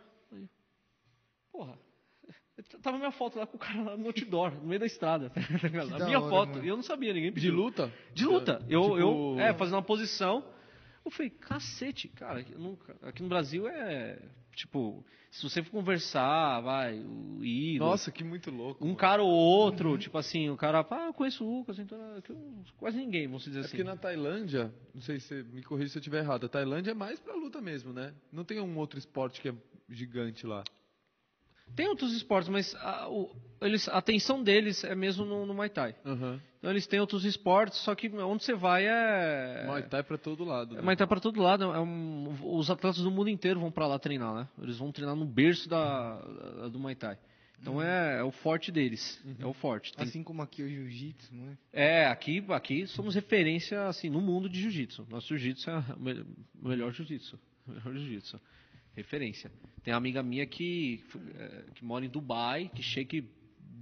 Porra. Tava minha foto lá com o cara lá no outdoor, no meio da estrada. A minha foto. E eu não sabia, ninguém pediu. De luta? De luta. Tipo... Fazendo uma posição. Eu falei, cacete, cara, aqui no Brasil tipo, se você for conversar, o Igor... Nossa, que muito louco. Um cara ou outro, tipo assim, o cara, eu conheço o Lucas, então quase ninguém, vamos dizer assim. Porque na Tailândia, não sei se me corrija se eu estiver errado, a Tailândia é mais pra luta mesmo, né? Não tem um outro esporte que é gigante lá. Tem outros esportes, mas a atenção deles é mesmo no Muay Thai. Uhum. Então eles têm outros esportes, só que onde você vai Muay Thai pra todo lado. Né? Muay Thai pra todo lado. Os atletas do mundo inteiro vão pra lá treinar, né? Eles vão treinar no berço do Muay Thai. Então é o forte deles. É o forte. Assim como aqui o Jiu-Jitsu, não é? Aqui somos referência assim, no mundo de Jiu-Jitsu. Nosso Jiu-Jitsu é o melhor Jiu-Jitsu. Referência. Tem uma amiga minha que mora em Dubai, que chega e dá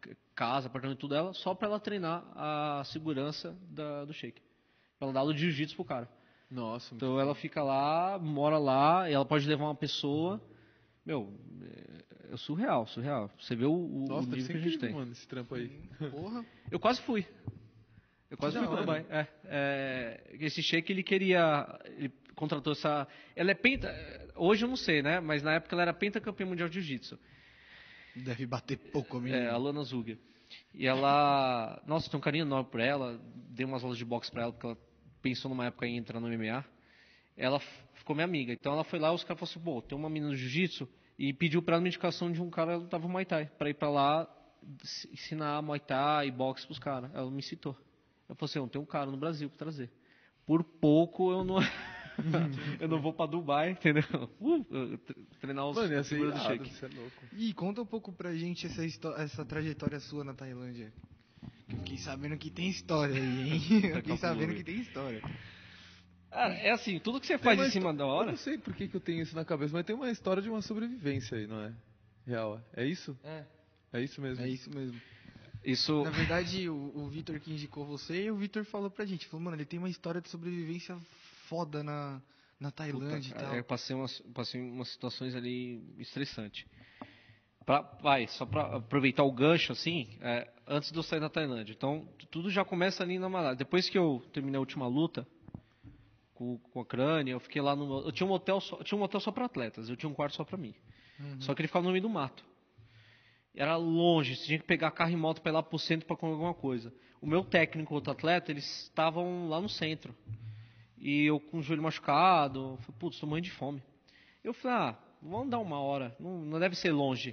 casa, apartamento, tudo dela, só pra ela treinar a segurança do shake. Pra ela dar aula de jiu-jitsu pro cara. Nossa, Então ela fica lá, mora lá, e ela pode levar uma pessoa. Meu, é surreal. Você vê o Nossa, deve nível ser que a gente incrível, tem. mano, esse trampo aí. Porra. Eu quase fui. Pro Dubai. Esse shake ele queria. Ele contratou essa. Ela é penta. Hoje eu não sei, né? Mas na época ela era pentacampeã mundial de jiu-jitsu. Deve bater pouco, A menino. Lana Zuger. E ela. Nossa, tem um carinho enorme por ela. Dei umas aulas de boxe pra ela, porque ela pensou numa época em entrar no MMA. Ela ficou minha amiga. Então ela foi lá e os caras falaram assim: pô, tem uma menina no jiu-jitsu. E pediu pra ela uma indicação de um cara que lutava Muay Thai. Pra ir pra lá ensinar Muay Thai e boxe pros caras. Ela me citou. Eu falei assim: não, tem um cara no Brasil pra trazer. Por pouco eu não. Eu não vou pra Dubai, entendeu? Treinar os Mano, ia ser figuras do irado, shake. você é louco. E conta um pouco pra gente essa trajetória sua na Tailândia. Que eu fiquei sabendo que tem história aí, hein? Eu fiquei sabendo que tem história. Ah, é assim, tudo que você faz em cima da Eu hora. não sei por que eu tenho isso na cabeça, mas tem uma história de uma sobrevivência aí, não é? Real. É isso? É isso mesmo. É isso mesmo. Isso. Na verdade, o Vitor que indicou você, e o Vitor falou pra gente, falou, mano, ele tem uma história de sobrevivência foda na Tailândia e tal. Eu passei umas situações ali estressantes. Só pra aproveitar o gancho, assim, antes de eu sair da Tailândia. Então, tudo já começa ali na Malásia. Depois que eu terminei a última luta com a Crânio, eu fiquei lá no... Eu tinha um hotel só pra atletas, eu tinha um quarto só pra mim. Só que ele ficava no meio do mato. Era longe, você tinha que pegar carro e moto pra ir lá pro centro pra comer alguma coisa. O meu técnico, outro atleta, eles estavam lá no centro. E eu com o joelho machucado, falei, putz, tô morrendo de fome. Eu falei, vamos dar uma hora, não deve ser longe.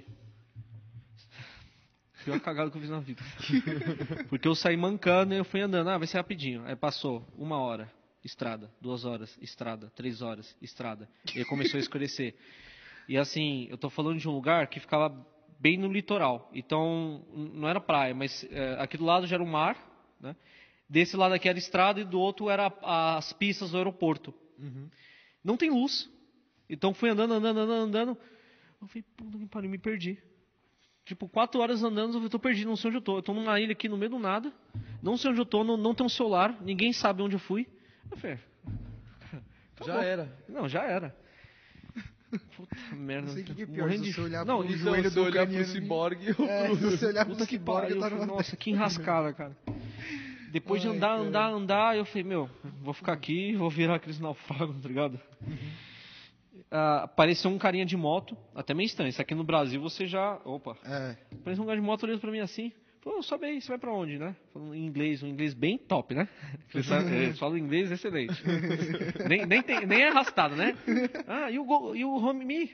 Pior cagada que eu fiz na vida. Porque eu saí mancando e eu fui andando, vai ser rapidinho. Aí passou 1 hora, estrada, 2 horas, estrada, 3 horas, estrada. E aí começou a escurecer. E assim, eu tô falando de um lugar que ficava bem no litoral. Então, não era praia, mas aqui do lado já era o mar, né? Desse lado aqui era estrada e do outro era as pistas do aeroporto. Não tem luz. Então fui andando. Eu falei, puta que pariu, me perdi. Tipo, 4 horas andando, eu tô perdido, não sei onde eu tô. Eu tô numa ilha aqui no meio do nada. Não sei onde eu tô, não tem um celular, ninguém sabe onde eu fui. Eu falei, Já era. não, já era. Puta merda. Não sei o que é pior, Morrendo se de... você olhar Não, pro Então, joelho se do eu olhar pro ucraniano... ciborgue, eu se você olhar pro Puta que ciborgue, pariu. tá numa... Nossa, que enrascada, cara. Depois de andar, eu falei, vou ficar aqui, vou virar aqueles naufragos, tá ligado? Apareceu um carinha de moto, até meio estranho. Isso aqui no Brasil você já... Opa. Apareceu um cara de moto olhando pra mim assim. Falou, sobe aí, você vai pra onde, né? Falando em inglês, um inglês bem top, né? Eles falam inglês excelente. nem é arrastado, né? E o home me?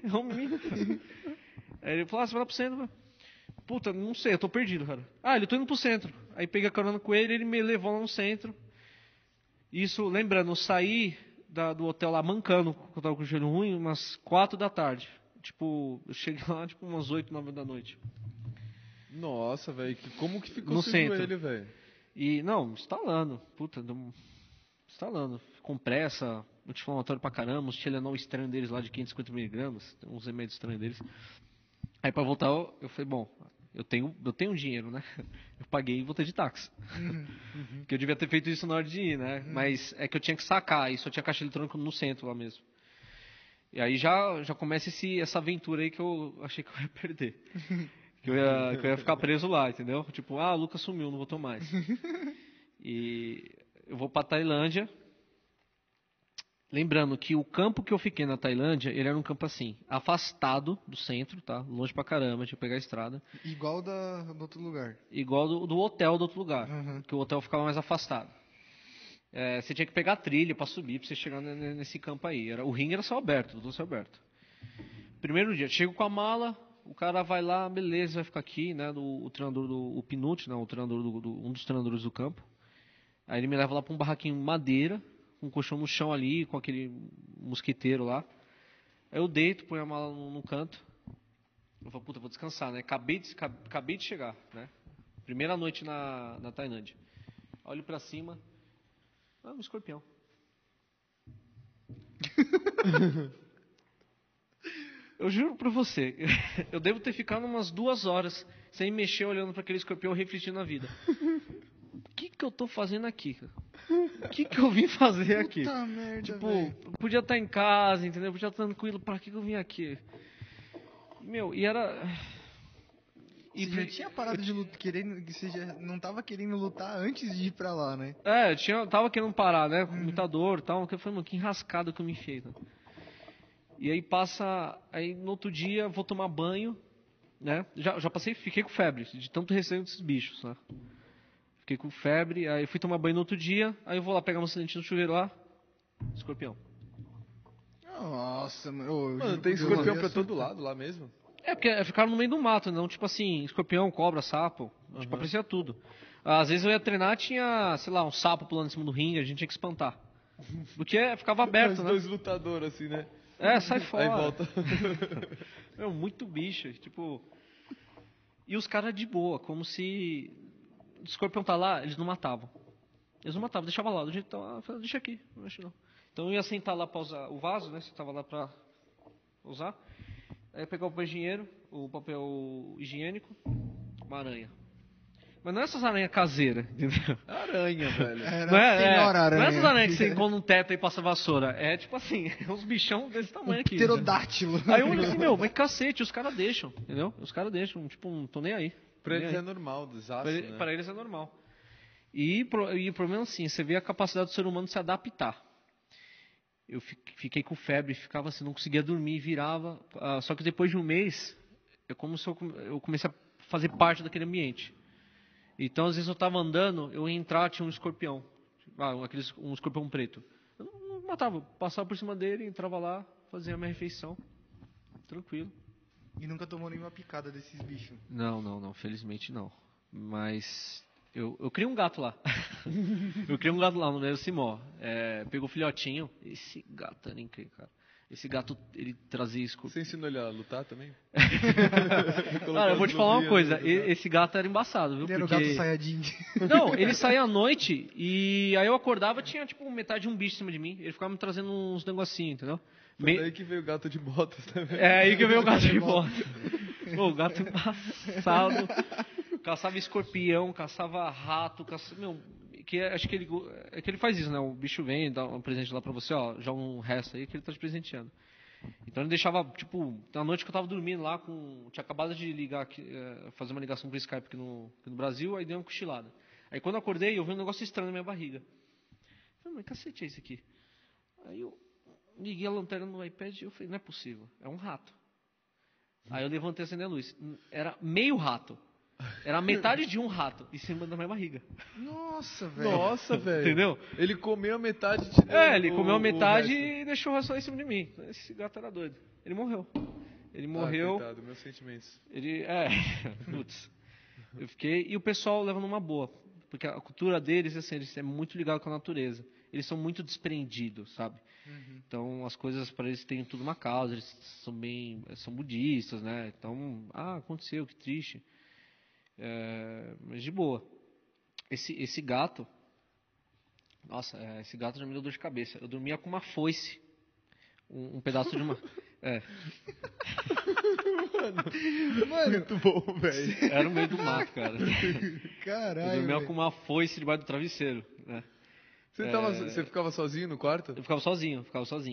Aí ele falou, você vai lá pro centro. Puta, não sei, eu tô perdido, cara. Ele tô indo pro centro. Aí peguei a carona com ele me levou lá no centro. Isso, lembrando, eu saí do hotel lá mancando, porque eu tava com o joelho ruim, umas 4 da tarde. Tipo, eu cheguei lá, umas 8, 9 da noite. Nossa, velho, como que ficou No seu centro. joelho, velho? E, não, instalando. Puta, instalando. Com pressa, anti-inflamatório pra caramba, uns Tylenol estranho deles lá de 550mg, uns remédios estranhos deles. Aí pra voltar, eu falei, bom, eu tenho dinheiro, né? Eu paguei e voltei de táxi. Porque eu devia ter feito isso na hora de ir, né? Mas é que eu tinha que sacar, e só tinha caixa eletrônico no centro lá mesmo. E aí já começa essa aventura aí que eu achei que eu ia perder. Que eu ia ficar preso lá, entendeu? Tipo, o Lucas sumiu, não voltou mais. E eu vou pra Tailândia. Lembrando que o campo que eu fiquei na Tailândia, ele era um campo assim, afastado do centro, tá? Longe pra caramba, tinha que pegar a estrada. Igual do outro lugar. Igual do hotel do outro lugar, que o hotel ficava mais afastado. Você tinha que pegar a trilha pra subir, pra você chegar nesse campo aí. O ringue era céu aberto, tudo céu aberto. Primeiro dia, chego com a mala, o cara vai lá, beleza, vai ficar aqui, né? O treinador o Pinut, né? O treinador um dos treinadores do campo. Aí ele me leva lá pra um barraquinho de madeira, com um colchão no chão ali, com aquele mosquiteiro lá. Aí eu deito, ponho a mala no canto. Eu falo, puta, vou descansar, né? Acabei de chegar, né? Primeira noite na Tailândia. Olho pra cima. Um escorpião. Eu juro pra você, eu devo ter ficado umas 2 horas sem mexer, olhando pra aquele escorpião, refletindo na vida. O que eu tô fazendo aqui, cara? O que eu vim fazer aqui? Puta merda, Tipo, velho. podia estar em casa, entendeu? Podia estar tranquilo, pra que eu vim aqui? Meu, e era... Você já tinha parado de lutar, você já não tava querendo lutar antes de ir pra lá, né? Tava querendo parar, né? Com muita dor e tal. Eu falei, mano, que enrascado que eu me enfiei, né? E aí aí no outro dia vou tomar banho, né? Fiquei com febre, de tanto receio desses bichos, né? Fiquei com febre, aí fui tomar banho no outro dia, aí eu vou lá pegar uma sedentinha no chuveiro lá, escorpião. Nossa, mano. Mano, tem escorpião pra todo lado lá mesmo? Porque ficaram no meio do mato, não, tipo assim, escorpião, cobra, sapo, tipo, aparecia tudo. Às vezes eu ia treinar, tinha, sei lá, um sapo pulando em cima do ringue, a gente tinha que espantar. Porque ficava aberto, Os né? dois lutadores, assim, né? Sai fora. Aí volta. Meu, muito bicho, tipo... E os caras de boa, como se... O escorpião tá lá, eles não matavam. Eles não matavam, deixavam lá, do jeito que tava, eu falei, deixa aqui, não mexe não. Então eu ia sentar lá pra usar o vaso, né? Sentava lá pra usar. Aí eu pegava o papel higiênico, uma aranha. Mas não é essas aranhas caseiras, entendeu? Aranha, velho. Era a senhora aranha. Não é essas aranhas que você encontra no teto e passa vassoura. É tipo assim, uns bichão desse tamanho aqui. Pterodátilo. Aí eu olhei assim, meu, mas cacete, os caras deixam, entendeu? Os caras deixam, tipo, não tô nem aí. Pra eles é normal, desastre, né? Pra eles é normal. E o problema é assim, você vê a capacidade do ser humano de se adaptar. Eu fiquei com febre, ficava assim, não conseguia dormir, virava. Só que depois de um mês, é como se eu comecei a fazer parte daquele ambiente. Então, às vezes eu estava andando, eu ia entrar, tinha um escorpião. Um escorpião preto. Eu não matava, passava por cima dele, entrava lá, fazia a minha refeição. Tranquilo. E nunca tomou nenhuma picada desses bichos? Não, felizmente não. Mas eu criei um gato lá. Eu criei um gato lá no meio do Cimó. Pegou o filhotinho. Esse gato era incrível, cara. Esse gato, ele trazia escorpião. Você ensinou ele a lutar também? Cara, eu vou te falar uma coisa. Esse gato era embaçado, viu? Ele era o gato Saiyajin. Não, ele saía à noite e aí eu acordava, tinha tipo metade de um bicho em cima de mim. Ele ficava me trazendo uns negocinhos, entendeu? Foi daí que veio o gato de botas também. É aí que veio o gato de botas. Pô, o gato embaçado. Caçava escorpião, caçava rato, acho que ele faz isso, né? O bicho vem, dá um presente lá pra você, ó, já um resto aí que ele tá te presenteando. Então ele deixava, tipo, na noite que eu tava dormindo lá, tinha acabado de ligar aqui, fazer uma ligação pro Skype aqui no Brasil, aí dei uma cochilada. Aí quando eu acordei, eu vi um negócio estranho na minha barriga. Eu falei, mas cacete é isso aqui? Aí eu liguei a lanterna no iPad e eu falei, não é possível, é um rato. Aí eu levantei e acendi a luz. Era meio rato. Era metade de um rato em cima da minha barriga. Nossa, velho. Nossa, velho. Entendeu? Ele comeu a metade e te deu Ele comeu a metade resto. e deixou o resto lá em cima de mim. Esse gato era doido. Ele morreu. Ele morreu. Coitado, meus sentimentos. Putz. Eu fiquei. E o pessoal leva numa boa. Porque a cultura deles, assim, eles é muito ligado com a natureza. Eles são muito desprendidos, sabe? Uhum. Então as coisas para eles têm tudo uma causa. Eles são budistas, né? Então, aconteceu, que triste. Mas de boa. Esse gato, nossa, esse gato já me deu dor de cabeça. Eu dormia com uma foice, um pedaço de uma. Mano, Muito bom, velho. Era no meio do mato, cara. Caralho. Eu dormia velho. com uma foice debaixo do travesseiro, né? Você ficava sozinho no quarto? Eu ficava sozinho.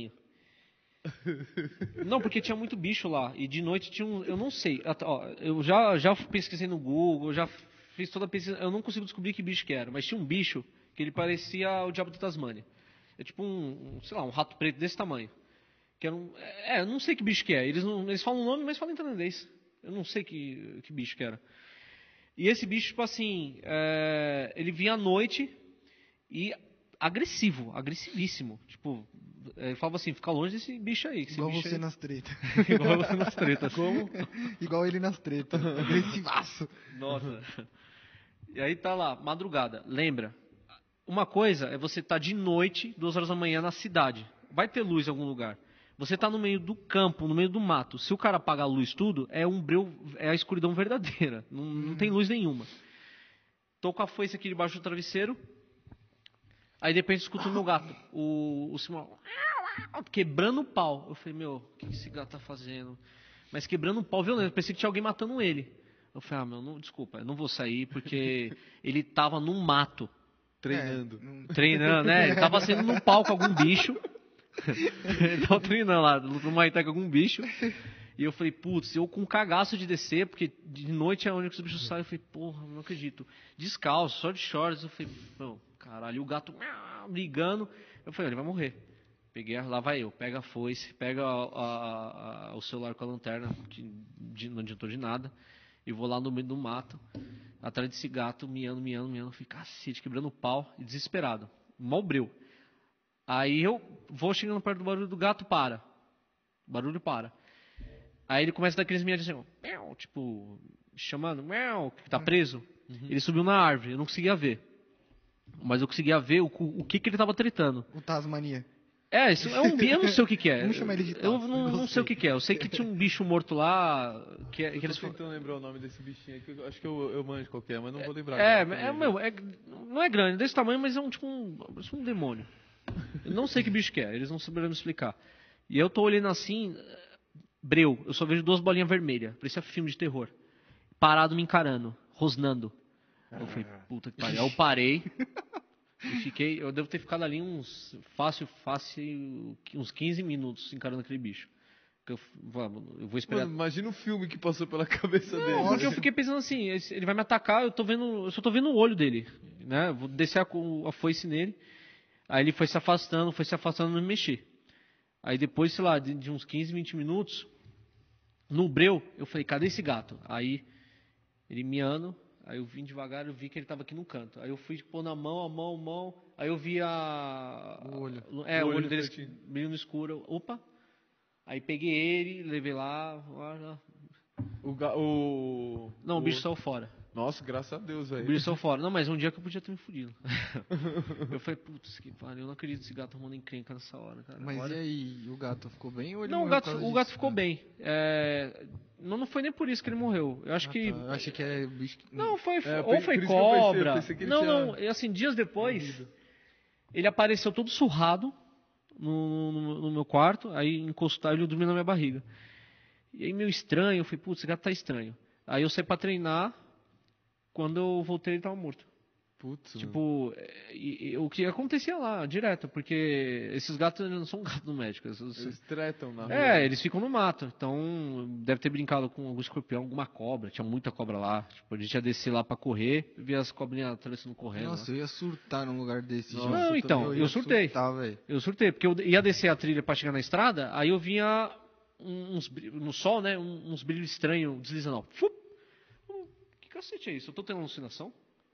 Não, porque tinha muito bicho lá. E de noite tinha eu não sei. Eu já pesquisei no Google, já fiz toda a pesquisa. Eu não consigo descobrir que bicho que era. Mas tinha um bicho que ele parecia o diabo da Tasmânia. É tipo sei lá, um rato preto desse tamanho. Que era eu não sei que bicho que é. Eles falam o nome, mas falam em tailandês. Eu não sei que bicho que era. E esse bicho, tipo assim, ele vinha à noite e agressivíssimo. Tipo, ele falava assim, fica longe desse bicho aí. Igual você nas tretas. Igual você nas tretas. Como? Igual ele nas tretas. Agressivaço. Nossa. E aí tá lá, madrugada. Lembra, uma coisa é você estar de noite, 2 horas da manhã na cidade. Vai ter luz em algum lugar. Você tá no meio do campo, no meio do mato. Se o cara apagar a luz tudo, é a escuridão verdadeira. Não tem luz nenhuma. Tô com a foice aqui debaixo do travesseiro. Aí de repente escuto o meu gato, o Simão, quebrando o pau. Eu falei, meu, o que esse gato tá fazendo? mas quebrando um pau violento. Eu pensei que tinha alguém matando ele. Eu falei, desculpa, eu não vou sair porque ele tava num mato. Treinando, né? Ele tava sendo num pau com algum bicho. Ele tava treinando lá, no Muay Thai com algum bicho. E eu falei, putz, eu com cagaço de descer, porque de noite é onde os bichos saem. Eu falei, porra, não acredito. Descalço, só de shorts. Eu falei, não, caralho, o gato brigando. Eu falei, ele vai morrer. Peguei, lá vai eu, pega a foice, pega o celular com a lanterna, que não adiantou de nada. E vou lá no meio do mato, atrás desse gato, miando. Eu falei, cacete, quebrando o pau e desesperado. Mó breu. Aí eu vou chegando perto do barulho do gato, para. O barulho para. Aí ele começa a dar aqueles miadinhos assim, tipo, chamando, que tá preso. Ele subiu na árvore, eu não conseguia ver. Mas eu conseguia ver o que ele tava tretando. O Tasmania. Isso é um bicho, eu não sei o que é. Vamos chamar ele de Taz. Eu não sei o que é. Eu sei que tinha um bicho morto lá. Eu tô tentando lembrar o nome desse bichinho aqui. Eu acho que eu manjo qualquer, mas não vou lembrar. Não é grande, desse tamanho, mas é um demônio. Eu não sei que bicho que é, eles não souberam me explicar. E eu tô olhando assim, breu, eu só vejo 2 bolinhas vermelhas, parecia filme de terror. Parado me encarando, rosnando. Eu falei, puta que pariu. Aí eu parei e eu devo ter ficado ali uns 15 minutos encarando aquele bicho. Eu vou esperar. Mano, imagina o filme que passou pela cabeça dele. Porque eu fiquei pensando assim, ele vai me atacar, eu só tô vendo o olho dele, né? Vou descer a foice nele. Aí ele foi se afastando, não me mexer. Aí depois, sei lá, de uns 15, 20 minutos, no breu, eu falei, cadê esse gato? Aí ele miando, aí eu vim devagar, eu vi que ele estava aqui no canto. Aí eu fui pôr na mão, a mão, aí eu vi o olho. O olho dele brilhando no escuro. Opa! Aí peguei ele, levei lá. Não, o bicho saiu fora. Nossa, graças a Deus, velho. O bicho saiu fora. Não, mas um dia que eu podia ter me fudido. Eu falei, putz, que pariu, eu não acredito que esse gato arrumando encrenca nessa hora, cara. Mas e aí, o gato ficou bem ou ele não, morreu o gato ficou bem. Não foi nem por isso que ele morreu. Eu acho que... Tá. Eu achei que era bicho... Não, foi por cobra. Pensei que ele não, assim, dias depois, ele apareceu todo surrado no meu quarto, aí encostou, ele dormiu na minha barriga. E aí, meio estranho, eu falei, putz, esse gato tá estranho. Aí eu saí pra treinar, quando eu voltei ele tava morto. Putz, tipo, o que acontecia lá, direto, porque esses gatos não são gatos domésticos. Eles tretam na rua. Eles ficam no mato. Então, deve ter brincado com algum escorpião, alguma cobra. Tinha muita cobra lá. Tipo, a gente ia descer lá pra correr, via as cobrinhas atravessando correndo. Nossa, eu ia surtar num lugar desse. Não, então, eu surtei. Eu surtei, porque eu ia descer a trilha pra chegar na estrada, aí eu vinha no sol, né, uns brilhos estranhos deslizando. Que cacete é isso? Eu tô tendo alucinação?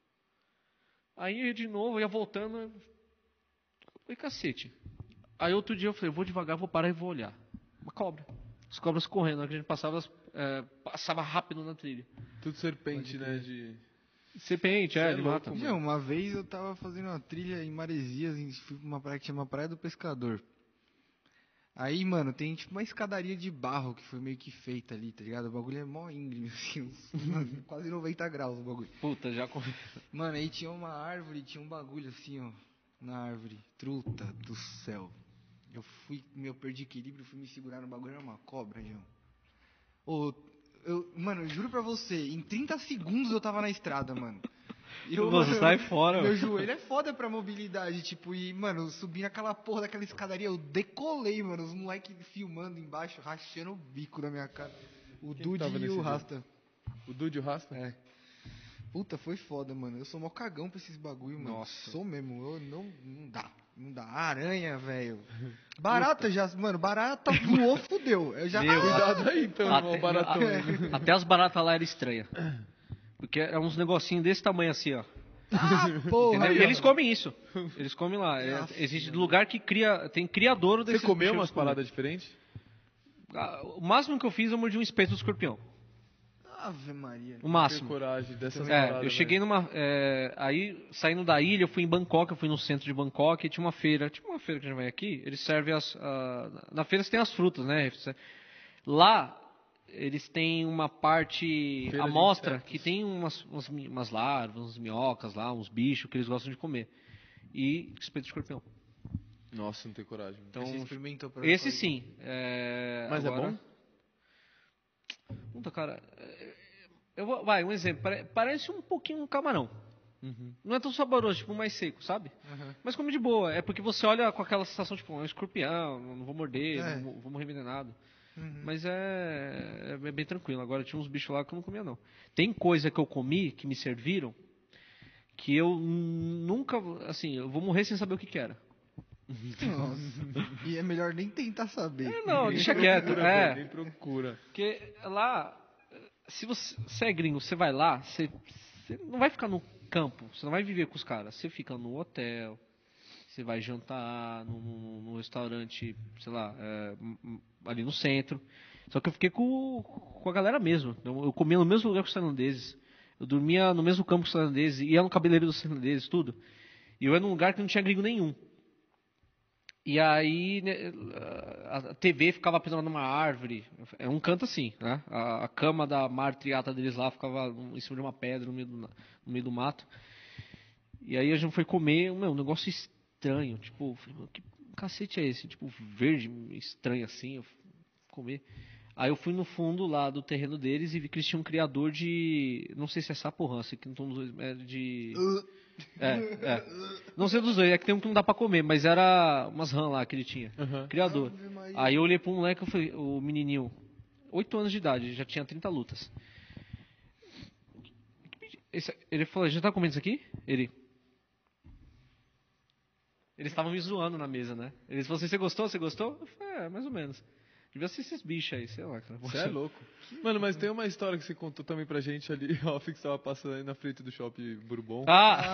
Aí de novo, eu ia voltando. Eu falei, cacete. Aí outro dia eu falei, vou devagar, vou parar e vou olhar. Uma cobra. As cobras correndo, na hora que a gente passava rápido na trilha. Tudo serpente, né? Serpente, de mata. Uma vez eu tava fazendo uma trilha em Maresias, fui pra uma praia que chama Praia do Pescador. Aí, mano, tem tipo uma escadaria de barro que foi meio que feita ali, tá ligado? O bagulho é mó íngreme, assim, quase 90 graus o bagulho. Puta, já corri. Mano, aí tinha uma árvore, tinha um bagulho assim, ó, na árvore. Truta do céu. Eu perdi equilíbrio, fui me segurar no bagulho, era uma cobra, João. Mano, eu juro pra você, em 30 segundos eu tava na estrada, mano. Você sai fora, meu joelho é foda pra mobilidade, tipo, mano, eu subi naquela porra daquela escadaria, eu decolei, mano, os moleques filmando embaixo, rachando o bico da minha cara. O Dude e o Rasta. O Dude e o Rasta? É. Puta, foi foda, mano. Eu sou mó cagão pra esses bagulho, mano. Nossa. Sou mesmo, não dá. Não dá. Aranha, velho. Barata já, mano, barata voou, fudeu. Eu já... Cuidado aí, então, baratão. Até as baratas lá eram estranhas. Porque é uns negocinhos desse tamanho assim, ó. Porra. E eles comem isso. Eles comem lá. Existe lugar que tem criador desses. Você comeu umas paradas diferentes? O máximo que eu fiz, eu mordi um espeto do escorpião. Ave Maria. O máximo. Tem coragem dessas paradas, eu cheguei numa... aí, saindo da ilha, eu fui em Bangkok, eu fui no centro de Bangkok, e tinha uma feira que a gente vai aqui, eles servem na feira você tem as frutas, né? Lá, eles têm uma parte amostra que tem umas larvas, umas minhocas lá, uns bichos que eles gostam de comer. E espeto de escorpião. Nossa, não tenho coragem. Então, você experimentou pra esse sim. Mas agora... é bom? Puta, cara, um exemplo, parece um pouquinho um camarão. Não é tão saboroso, tipo, mais seco, sabe? Mas come de boa. É porque você olha com aquela sensação, tipo, é um escorpião, não vou morder, não vou morrer envenenado. Mas é bem tranquilo. Agora tinha uns bichos lá que eu não comia, não. Tem coisa que eu comi, que me serviram, que eu nunca, assim, eu vou morrer sem saber o que era. Nossa. E é melhor nem tentar saber. Não, deixa quieto. Nem procura. Porque lá, se você é gringo, você vai lá, você não vai ficar no campo, você não vai viver com os caras. Você fica no hotel, você vai jantar no restaurante, sei lá, ali no centro. Só que eu fiquei com a galera mesmo. Eu comia no mesmo lugar que os tailandeses. Eu dormia no mesmo campo que os tailandeses, ia no cabeleireiro dos tailandeses, tudo. E eu ia num lugar que não tinha gringo nenhum. E aí, né, a TV ficava pendurada numa árvore. É um canto assim, né? A cama da matriarca deles lá ficava em cima de uma pedra no meio do mato. E aí a gente foi comer, um negócio estranho. Tipo, que cacete é esse? Tipo, verde, estranho assim. Eu fui comer. Aí eu fui no fundo lá do terreno deles e vi que eles tinham um criador de... Não sei se é sapo ou rã, que não estão dois... É de... Não sei dos dois, é que tem um que não dá pra comer, mas era umas rãs lá que ele tinha. Criador. Aí eu olhei pro moleque, eu falei, o menininho, 8 anos de idade, já tinha 30 lutas. Ele falou, já tá comendo isso aqui? Eles estavam me zoando na mesa, né? Eles falaram assim, você gostou? Você gostou? Eu falei, mais ou menos. Devia ser esses bichos aí, sei lá, cara. Você é louco. Mano, mas tem uma história que você contou também pra gente ali, off, que você tava passando aí na frente do shopping Bourbon.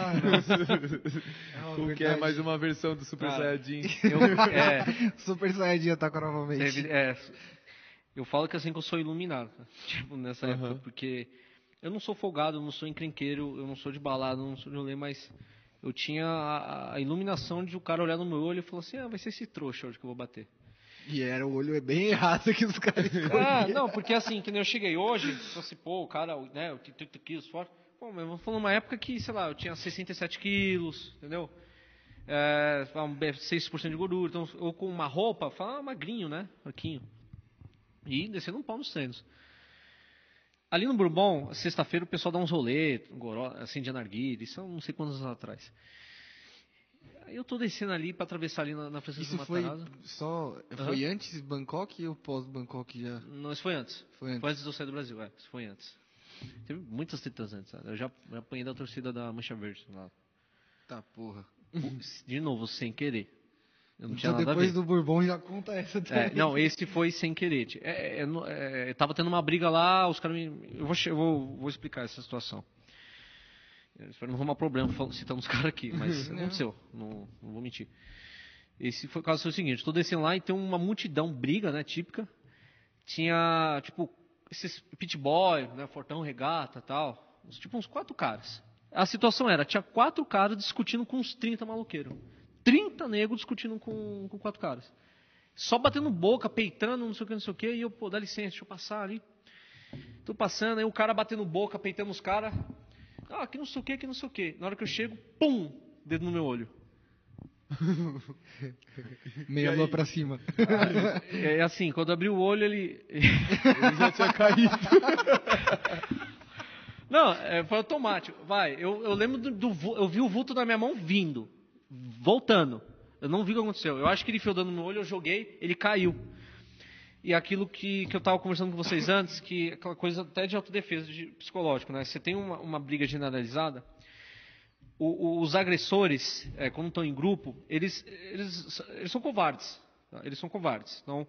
O que é mais uma versão do Super Saiyajin. Super Saiyajin ataca novamente. Eu falo que assim que eu sou iluminado, tipo, nessa época, porque eu não sou folgado, eu não sou encrenqueiro, eu não sou de balada, eu não sou de rolê, mas eu tinha a iluminação de o cara olhar no meu olho e falar assim, vai ser esse trouxa hoje que eu vou bater. E era o olho bem errado que os caras escolhiam. Não, porque assim, que nem eu cheguei hoje, assim, o cara, né, 30 quilos forte. Pô, mas eu vou falar uma época que, sei lá, eu tinha 67 quilos, entendeu? 6% de gordura, então, ou com uma roupa, fala magrinho, né, fraquinho. E descendo um pau nos treinos. Ali no Bourbon, sexta-feira, o pessoal dá uns rolê, acende narguilha, isso não sei quantos anos atrás. Eu tô descendo ali pra atravessar ali na frente do Matarazzo. Foi antes Bangkok ou pós-Bangkok já? Não, isso foi antes. Foi antes de eu sair do Brasil, isso foi antes. Teve muitas tretas antes, sabe? Eu já apanhei da torcida da Mancha Verde lá. Tá, porra. De novo, sem querer. Eu não então tinha nada depois a ver. do Bourbon já conta essa também. Não, esse foi sem querer. Tava tendo uma briga lá, os caras eu vou explicar essa situação. Eu espero não arrumar problema citando os caras aqui, mas aconteceu, não vou mentir. Esse foi o caso, foi o seguinte, estou descendo lá e tem uma multidão, briga, né, típica. Tinha, tipo, esses pit boy, né, fortão, regata e tal, tipo uns 4 caras. A situação era, tinha 4 caras discutindo com uns 30 maloqueiros. 30 negros discutindo com 4 caras. Só batendo boca, peitando, não sei o que, e eu, pô, dá licença, deixa eu passar ali. Tô passando, aí o cara batendo boca, peitando os caras. Que não sei o que. Na hora que eu chego, pum, dedo no meu olho. Meia lua pra cima. É assim, quando eu abri o olho, ele já tinha caído. Não, foi automático. Eu lembro eu vi o vulto da minha mão vindo, voltando. Eu não vi o que aconteceu. Eu acho que ele enfiou dando no meu olho, eu joguei, ele caiu. E aquilo que eu estava conversando com vocês antes, que aquela coisa até de autodefesa psicológico, né? Você tem uma briga generalizada, os agressores, quando estão em grupo, eles são covardes. Tá? Eles são covardes. Então,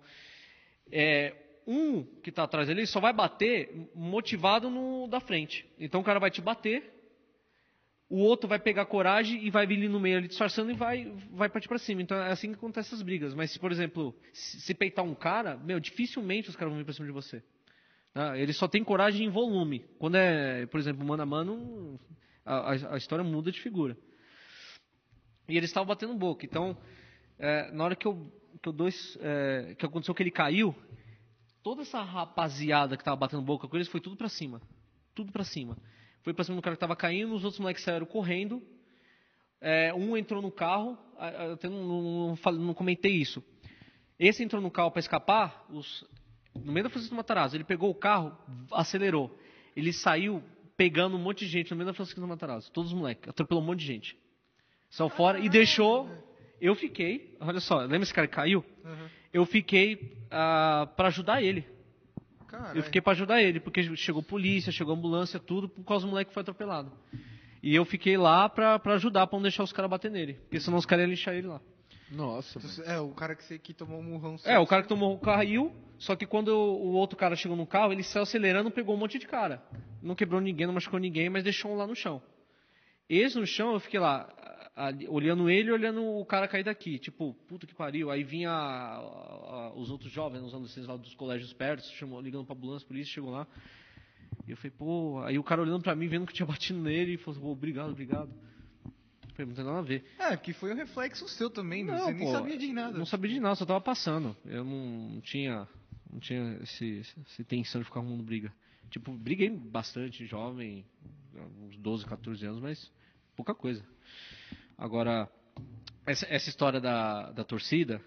um que está atrás dele só vai bater motivado no da frente. Então o cara vai te bater, o outro vai pegar coragem e vai vir ali no meio ali disfarçando e vai partir para cima. Então é assim que acontecem essas brigas. Mas se, por exemplo, se peitar um cara, dificilmente os caras vão vir para cima de você. Tá? Ele só tem coragem em volume. Quando é, por exemplo, mano a mano, a história muda de figura. E eles estavam batendo boca. Então, na hora que aconteceu que ele caiu, toda essa rapaziada que estava batendo boca com eles foi tudo para cima. Tudo para cima. Foi pra cima do cara que estava caindo, os outros moleques saíram correndo. Um entrou no carro, até não comentei isso. Esse entrou no carro para escapar, No meio da Francisco Matarazzo. Ele pegou o carro, acelerou. Ele saiu pegando um monte de gente no meio da Francisco Matarazzo. Todos os moleques. Atropelou um monte de gente. Saiu fora e deixou... Eu fiquei... Olha só, lembra esse cara que caiu? Eu fiquei pra ajudar ele. Caralho. Eu fiquei pra ajudar ele, porque chegou polícia, chegou ambulância, tudo, por causa do moleque que foi atropelado. E eu fiquei lá pra ajudar, pra não deixar os caras bater nele. Porque senão os caras iam lixar ele lá. Nossa, mano. O cara que tomou um murrão. O cara que tomou o carro caiu, só que quando o outro cara chegou no carro, ele saiu acelerando e pegou um monte de cara. Não quebrou ninguém, não machucou ninguém, mas deixou um lá no chão. Esse no chão, eu fiquei lá, olhando ele e olhando o cara cair daqui. Tipo, puta que pariu. Aí vinha os outros jovens, os adolescentes lá dos colégios perto, ligando pra ambulância, polícia, chegou lá. E eu falei, pô... Aí o cara olhando pra mim, vendo que eu tinha batido nele, e falou, pô, obrigado. Eu falei, não tem nada a ver. Que foi um reflexo seu também, né? Não, Você nem sabia de nada. Não sabia de nada, só tava passando. Eu não tinha essa intenção de ficar arrumando briga. Tipo, briguei bastante, jovem, uns 12, 14 anos, mas pouca coisa. Agora, essa história da torcida,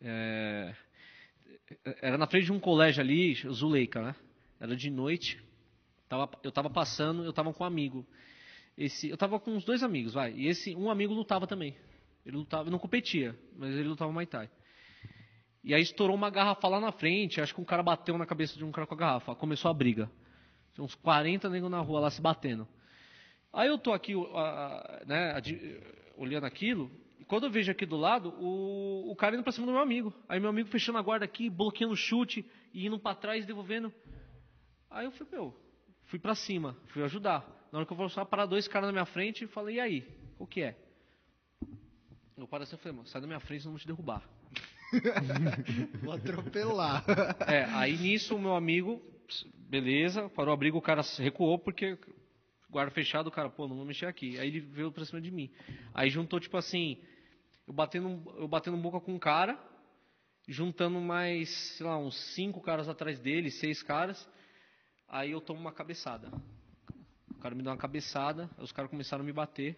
era na frente de um colégio ali, Zuleika, né? Era de noite, eu tava passando, eu tava com um amigo. Eu tava com uns 2 amigos, vai. E um amigo lutava também. Ele lutava, não competia, mas ele lutava Muay Thai. E aí estourou uma garrafa lá na frente, acho que um cara bateu na cabeça de um cara com a garrafa. Começou a briga. Tinha uns 40 negros na rua lá se batendo. Aí eu tô aqui, olhando aquilo, e quando eu vejo aqui do lado, o cara indo pra cima do meu amigo. Aí meu amigo fechando a guarda aqui, bloqueando o chute, e indo pra trás, devolvendo. Aí eu falei, fui pra cima, fui ajudar. Na hora que eu vou só parar 2 caras na minha frente, e falei, e aí? O que é? Eu paro assim e falei, mano, sai da minha frente, senão eu vou te derrubar. Vou atropelar. Aí nisso o meu amigo, beleza, parou a briga, o cara recuou, porque guarda fechado, o cara, pô, não vou mexer aqui. Aí ele veio pra cima de mim. Aí juntou, tipo assim, eu batendo boca com um cara, juntando mais, sei lá, uns 5 caras atrás dele, 6 caras. Aí eu tomo uma cabeçada. O cara me deu uma cabeçada, aí os caras começaram a me bater.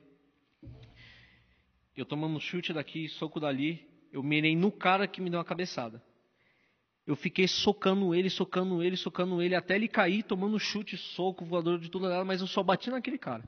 Eu tomando um chute daqui, soco dali, eu mirei no cara que me deu uma cabeçada. Eu fiquei socando ele, até ele cair, tomando chute, soco, voador de tudo, mas eu só bati naquele cara.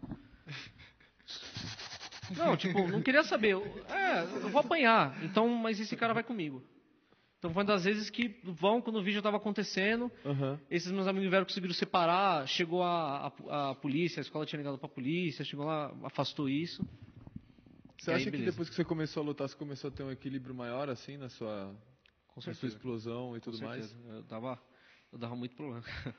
Não, tipo, não queria saber. Eu vou apanhar, então, mas esse cara vai comigo. Então foi uma das vezes que quando o vídeo estava acontecendo, esses meus amigos conseguiram separar, chegou a polícia, a escola tinha ligado pra polícia, chegou lá, afastou isso. Você acha que depois que você começou a lutar, você começou a ter um equilíbrio maior, assim, na sua explosão e tudo mais? Eu dava muito problema.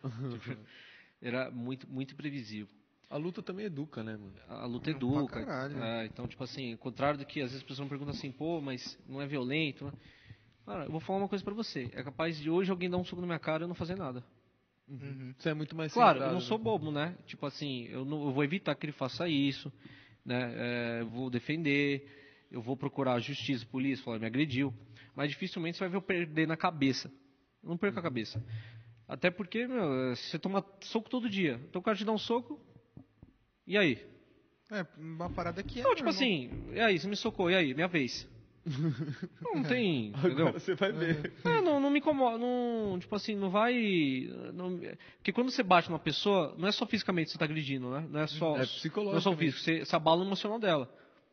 Era muito, muito imprevisível. A luta também educa, né, mano? A luta educa. Então, tipo assim, ao contrário do que às vezes as pessoas me perguntam assim, pô, mas não é violento, né? Cara, eu vou falar uma coisa pra você. É capaz de hoje alguém dar um soco na minha cara e eu não fazer nada. Você é muito mais claro, centrado, eu não sou bobo, né? Tipo assim, eu vou evitar que ele faça isso, né? Eu vou defender, eu vou procurar a justiça, a polícia, falar, me agrediu. Mas dificilmente você vai ver eu perder na cabeça. Eu não perco a cabeça. Até porque, você toma soco todo dia. Então o cara te dá um soco, e aí? Uma parada que Não, tipo assim, e aí, você me socou, e aí? Minha vez. Não tem, entendeu? Agora você vai ver. Não me incomoda, tipo assim, não vai... Porque quando você bate numa pessoa, não é só fisicamente que você está agredindo, né? Não é só psicológico. Não é só o físico, você abala o emocional dela.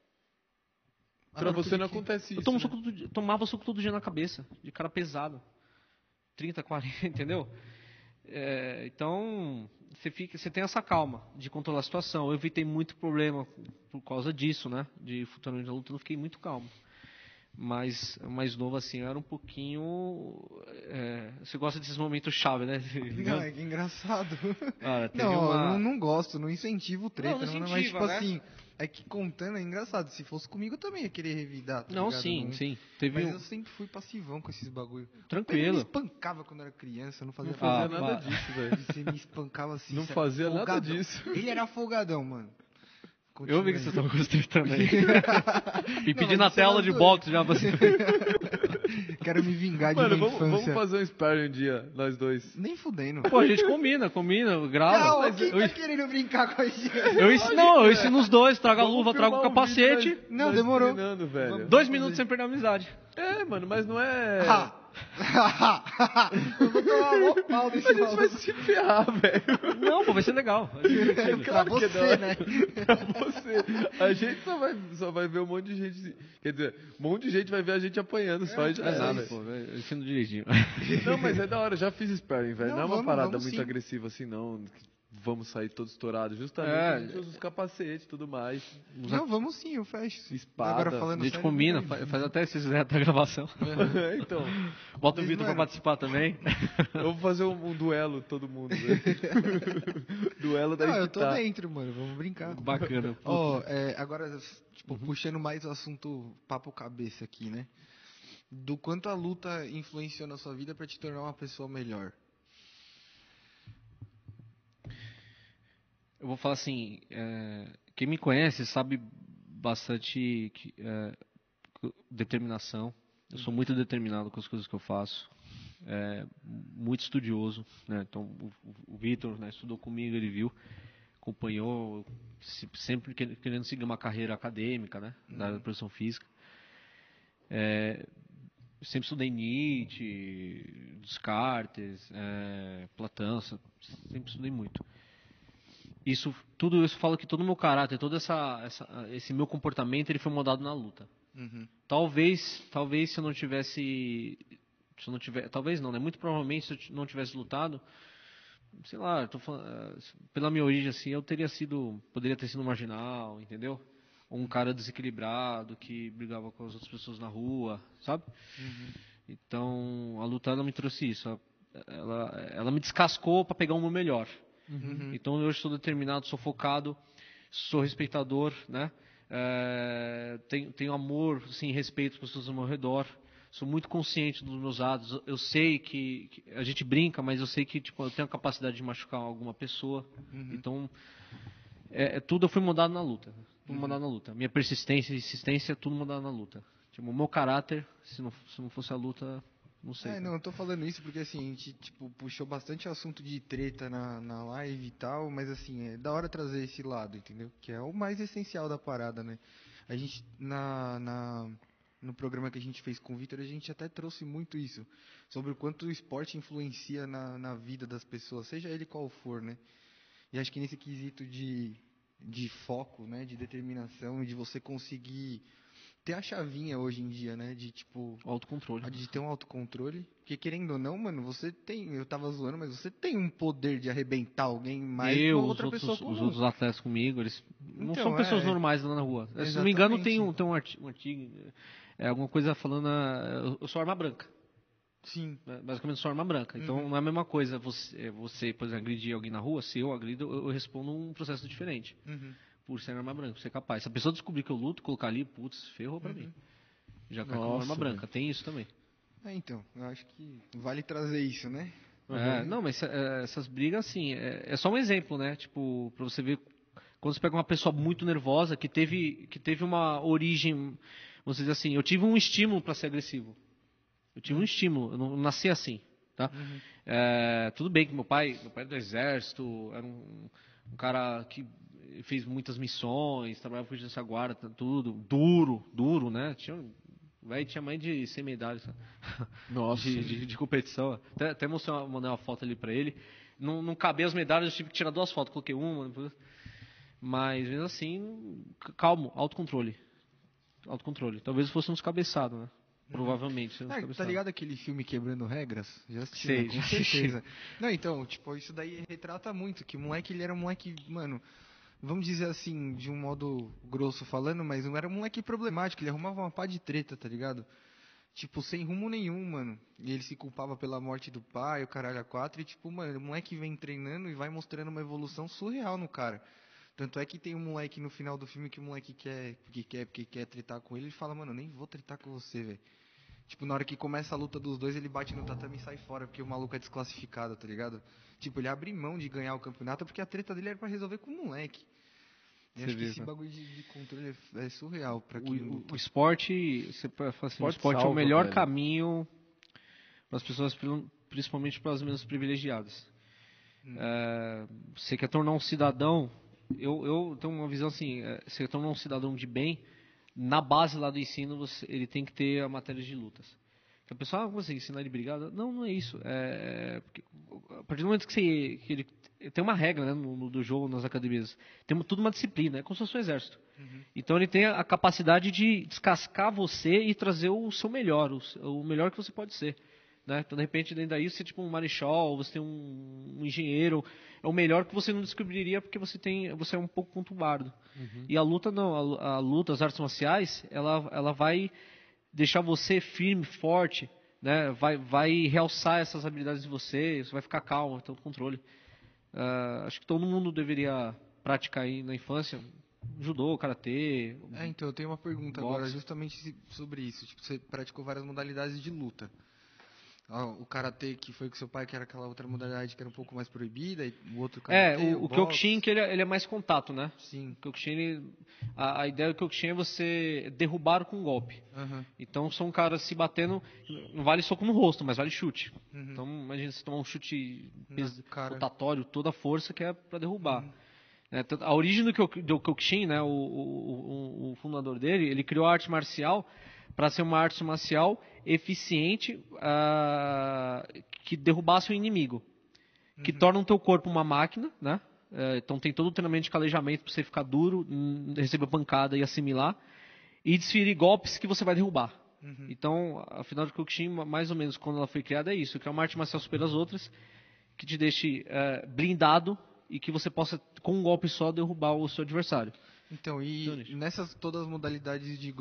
Pra você não acontece isso, Eu tomava soco todo dia na cabeça, de cara pesado. 30, 40, entendeu? Então, você tem essa calma de controlar a situação. Eu evitei muito problema por causa disso, né? De futuramente da luta, eu fiquei muito calmo. Mas mais novo assim, eu era um pouquinho... você gosta desses momentos chave, né? Não, é que engraçado. Cara, eu não gosto, não incentivo treta. Não incentiva, mas tipo né? assim, é que contando é engraçado. Se fosse comigo eu também ia querer revidar. Tá não, ligado? sim. Mas eu sempre fui passivão com esses bagulho. Tranquilo. Eu me espancava quando era criança, eu não fazia nada disso, velho. Você me espancava assim. Não fazia folgadão. nada disso. Ele era folgadão, mano. Continua. Eu vi que vocês estavam gostando aí. Me pedindo na tela de boxe já pra você. Quero me vingar de minha infância. Vamos fazer um sparring um dia, nós dois. Nem fudendo. Pô, a gente combina, grava. Não, quem tá querendo brincar com a gente? Eu ensino os dois, trago a luva, trago o capacete. Não, demorou. Velho. 2 minutos sem perder a amizade. Mano, mas não é... Eu vou tomar mó pau desse A gente vai maluco. se ferrar, velho. Não, pô, vai ser legal. Pra Claro que você, não. né? Pra você. A gente só vai ver um monte de gente. Quer dizer, um monte de gente vai ver a gente apanhando só e já era, Exato, velho. pô, eu ensino direitinho. Não, mas é da hora, já fiz sparring, velho. Não, Não é uma vamos, parada vamos muito sim. agressiva assim, não. Vamos sair todos estourados. Justamente É. a gente usa os capacetes e tudo mais. Não, vamos sim, eu fecho. Espada. Agora falando A gente sério, combina, não tem. faz até esses da gravação. Então, Bota o Mas, Vitor pra mano, participar também. eu vou fazer um duelo, todo mundo, velho. Duelo da Não, eu tô Equitá. dentro, mano, vamos brincar. Bacana. Ó, agora, tipo, puxando mais o assunto papo cabeça aqui, né? Do quanto a luta influenciou na sua vida pra te tornar uma pessoa melhor. Eu vou falar assim, quem me conhece sabe bastante determinação. Eu sou muito determinado com as coisas que eu faço. Muito estudioso, né? Então o Vitor, né, estudou comigo, ele viu, acompanhou, sempre querendo seguir uma carreira acadêmica, né, da área da produção física. Sempre estudei Nietzsche, Descartes, Platão, sempre estudei muito. Tudo isso fala que todo o meu caráter, todo esse meu comportamento, ele foi moldado na luta. Uhum. Talvez se eu não tivesse, talvez não, né? Muito provavelmente se eu não tivesse lutado, sei lá, eu tô falando, pela minha origem assim, poderia ter sido marginal, entendeu? Ou um cara desequilibrado que brigava com as outras pessoas na rua, sabe? Uhum. Então a luta ela me trouxe isso, ela me descascou para pegar o meu melhor. Uhum. Então eu sou determinado, sou focado, sou respeitador, né? Tenho amor, assim, respeito pelas pessoas ao meu redor. Sou muito consciente dos meus atos. Eu sei que a gente brinca, mas eu sei que tipo, eu tenho a capacidade de machucar alguma pessoa. Uhum. Então tudo eu fui mudado na luta. Tudo mudado na luta. Minha persistência e insistência, tudo mudado na luta. Tipo, o meu caráter, se não fosse a luta, não sei. Não, eu tô falando isso porque assim, a gente tipo, puxou bastante assunto de treta na live e tal, mas assim, é da hora trazer esse lado, entendeu? Que é o mais essencial da parada, né? A gente, no programa que a gente fez com o Vitor, a gente até trouxe muito isso, sobre o quanto o esporte influencia na vida das pessoas, seja ele qual for, né? E acho que nesse quesito de foco, né, de determinação e de você conseguir ter a chavinha hoje em dia, né, de tipo... Autocontrole. De ter um autocontrole, porque querendo ou não, mano, você tem, eu tava zoando, mas você tem um poder de arrebentar alguém mais que uma outra pessoa comum. Os outros atletas comigo, eles não Então, são pessoas normais lá na rua. Se não me engano, tem um artigo, alguma coisa falando, eu sou arma branca. Sim. Basicamente sou arma branca. Então não é a mesma coisa você, por exemplo, agredir alguém na rua, se eu agrido, eu respondo um processo diferente. Uhum. Por ser arma branca, por ser capaz. Se a pessoa descobrir que eu luto, colocar ali, putz, ferrou pra mim. Já cai com arma branca. Tem isso também. Então, eu acho que vale trazer isso, né? Não, mas essas brigas, assim, é só um exemplo, né? Tipo, pra você ver, quando você pega uma pessoa muito nervosa, que teve uma origem, vamos dizer assim, eu tive um estímulo para ser agressivo. Eu tive um estímulo, eu não nasci assim, tá? Tudo bem que meu pai é do exército, era um cara que fez muitas missões, trabalhava com a guarda, tudo, duro, né? Tinha mais de 100 medalhas. Nossa. de competição. Até mandei uma foto ali pra ele. Não cabia as medalhas, eu tive que tirar 2 fotos. Coloquei uma. Mas, mesmo assim, calmo, autocontrole. Talvez fosse um descabeçado, né? Provavelmente. Tá ligado aquele filme Quebrando Regras? Já assisti, Sei, né? Com já assisti. certeza. Não, então, tipo, isso daí retrata muito, que o moleque, ele era um moleque, mano... Vamos dizer assim, de um modo grosso falando, mas não era um moleque problemático, ele arrumava uma pá de treta, tá ligado? Tipo, sem rumo nenhum, mano. E ele se culpava pela morte do pai, o caralho a 4, e tipo, mano, o moleque vem treinando e vai mostrando uma evolução surreal no cara. Tanto é que tem um moleque no final do filme que o moleque porque quer tretar com ele fala, mano, eu nem vou tretar com você, velho. Tipo, na hora que começa a luta dos dois, ele bate no tatame e sai fora, porque o maluco é desclassificado, tá ligado? Tipo, ele abre mão de ganhar o campeonato porque a treta dele era pra resolver com o moleque. Eu acho que esse bagulho de controle é surreal pra quem luta. O esporte, você fala assim, o esporte salva, é o melhor velho. caminho para as pessoas, principalmente para as menos privilegiadas. Você quer tornar um cidadão, eu tenho uma visão assim, você quer tornar um cidadão de bem, na base lá do ensino, ele tem que ter a matéria de lutas. Que a pessoa, como assim, ensinar ele brigada? Não, não é isso. Porque a partir do momento que ele tem uma regra, né, do jogo nas academias, tem tudo uma disciplina, é como se fosse um exército. Então ele tem a capacidade de descascar você e trazer o seu melhor, o melhor que você pode ser. Né? Então, de repente, dentro daí, você é tipo um marechal, você tem um engenheiro, é o melhor que você não descobriria porque você é um pouco conturbado. E a luta não, a luta, as artes marciais, ela vai deixar você firme, forte, né? Vai realçar essas habilidades de você vai ficar calmo, ter o controle. Acho que todo mundo deveria praticar aí na infância judô, karatê. Então, eu tenho uma pergunta boxe. agora justamente sobre isso. Tipo, você praticou várias modalidades de luta. O karatê que foi com seu pai, que era aquela outra modalidade que era um pouco mais proibida, e o outro karatê, o Kyokushin, que ele é mais contato, né? Sim. O Kyokushin, a ideia do Kyokushin é você derrubar com um golpe. Então são caras se batendo, não vale soco no rosto, mas vale chute. Então imagina você tomar um chute rotatório, toda a força que é para derrubar. A origem do Kyokushin, né, o fundador dele, ele criou a arte marcial para ser uma arte marcial eficiente que derrubasse o inimigo, que torna o teu corpo uma máquina, né? Então tem todo o treinamento de calejamento para você ficar duro, receber pancada e assimilar, e desferir golpes que você vai derrubar. Então, afinal de Kyokushin, mais ou menos quando ela foi criada é isso, que é uma arte marcial superior às outras, que te deixe blindado e que você possa, com um golpe só, derrubar o seu adversário. Então, e nessas todas as modalidades de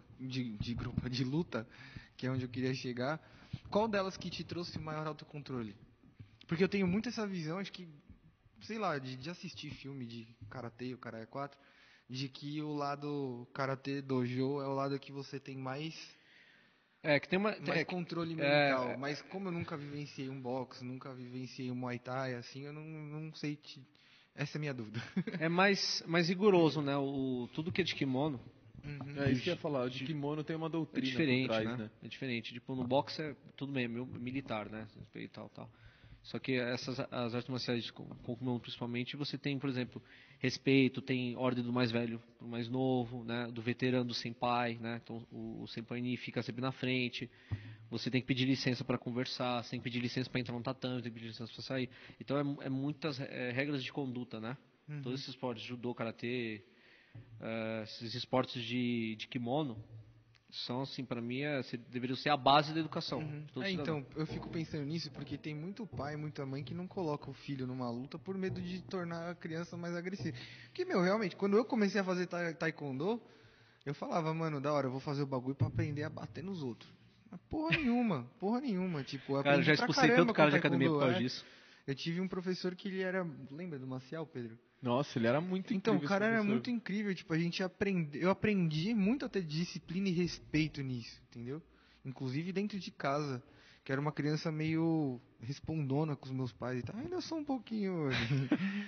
luta, que é onde eu queria chegar, qual delas que te trouxe maior autocontrole? Porque eu tenho muito essa visão, acho que, sei lá, de assistir filme de Karatê, o Karate 4, de que o lado Karatê Dojo é o lado que você tem mais que tem mais controle mental. Mas como eu nunca vivenciei um boxe, nunca vivenciei um Muay Thai, assim, eu não sei essa é a minha dúvida. É mais rigoroso, né? Tudo que é de kimono. É isso que eu ia falar. O de kimono tem uma doutrina diferente, por trás, né? É diferente. Tipo, no boxe é tudo bem, é meio militar, né? E tal. Só que as artes marciais com kimono principalmente, você tem, por exemplo, respeito, tem ordem do mais velho do mais novo, né? Do veterano, do senpai, né? Então o senpai fica sempre na frente. Você tem que pedir licença para conversar, você tem que pedir licença para entrar no tatame, tem que pedir licença para sair. Então é muitas regras de conduta, né? Todos esses esportes, judô, karatê, esses esportes de kimono, são assim, para mim, deveriam ser a base da educação. Então, eu fico pensando nisso porque tem muito pai, muita mãe que não coloca o filho numa luta por medo de tornar a criança mais agressiva. Porque, realmente, quando eu comecei a fazer taekwondo, eu falava, mano, da hora, eu vou fazer o bagulho pra aprender a bater nos outros. Mas porra nenhuma. Tipo, eu cara, eu já expulsei tanto cara de academia por causa disso. Eu tive um professor que ele era... Lembra do Maciel, Pedro? Nossa, ele era muito incrível. Então, o cara era muito incrível. Tipo, eu aprendi muito a ter disciplina e respeito nisso, entendeu? Inclusive dentro de casa. Que era uma criança meio respondona com os meus pais e tal. Ainda sou um pouquinho hoje.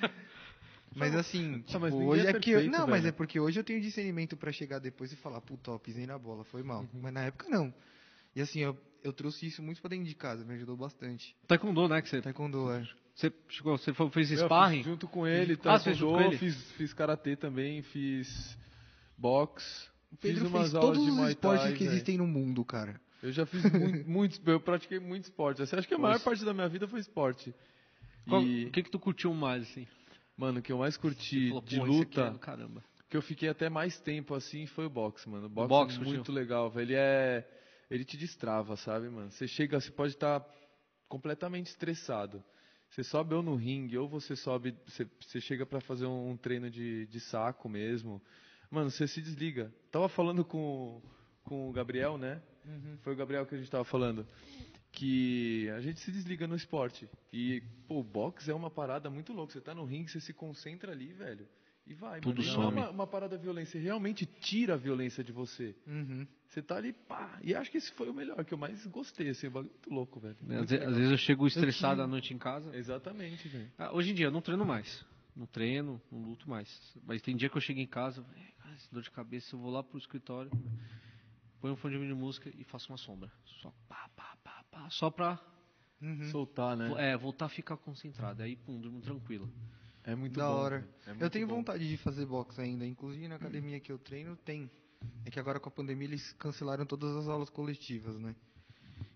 Mas assim, tipo, mas hoje perfeito, não, velho. mas é porque hoje eu tenho discernimento pra chegar depois e falar, puta, ó, pisei na bola, foi mal. Mas na época não. E assim, eu trouxe isso muito pra dentro de casa, me ajudou bastante. Taekwondo, né? Taekwondo, Você fez sparring? Fiz junto com ele, fez junto com ele? Fiz karatê também, fiz boxe. O Pedro fiz umas fez aulas todos de os Muay esportes Thai, que velho. existem no mundo, cara. Eu já fiz eu pratiquei muito esporte. Você acha que a maior parte da minha vida foi esporte? O que tu curtiu mais, assim? Mano, o que eu mais curti falou, de luta, que eu fiquei até mais tempo assim, foi o boxe, mano. O boxe é muito legal, velho. Ele te destrava, sabe, mano? Você pode estar completamente estressado. Você sobe ou no ringue, ou você chega pra fazer um treino de saco mesmo. Mano, você se desliga. Tava falando com o Gabriel, né? Foi o Gabriel que a gente tava falando. Que a gente se desliga no esporte. E, pô, o boxe é uma parada muito louca. Você tá no ringue, você se concentra ali, velho. E vai, tudo mano. some. Não é uma parada violência. Você realmente tira a violência de você. Você tá ali, pá. E acho que esse foi o melhor, que eu mais gostei, assim. Muito louco, velho. Às vezes eu chego estressado à noite em casa. Exatamente, velho. Hoje em dia eu não treino mais. Não treino, não luto mais. Mas tem dia que eu chego em casa, dor de cabeça, eu vou lá pro escritório, ponho um fone de música e faço uma sombra. Só pá. Só pra soltar, né? Voltar a ficar concentrado. Aí, durmo tranquilo. É muito da bom. hora. Eu tenho vontade de fazer boxe ainda. Inclusive na academia que eu treino tem. É que agora com a pandemia eles cancelaram todas as aulas coletivas, né?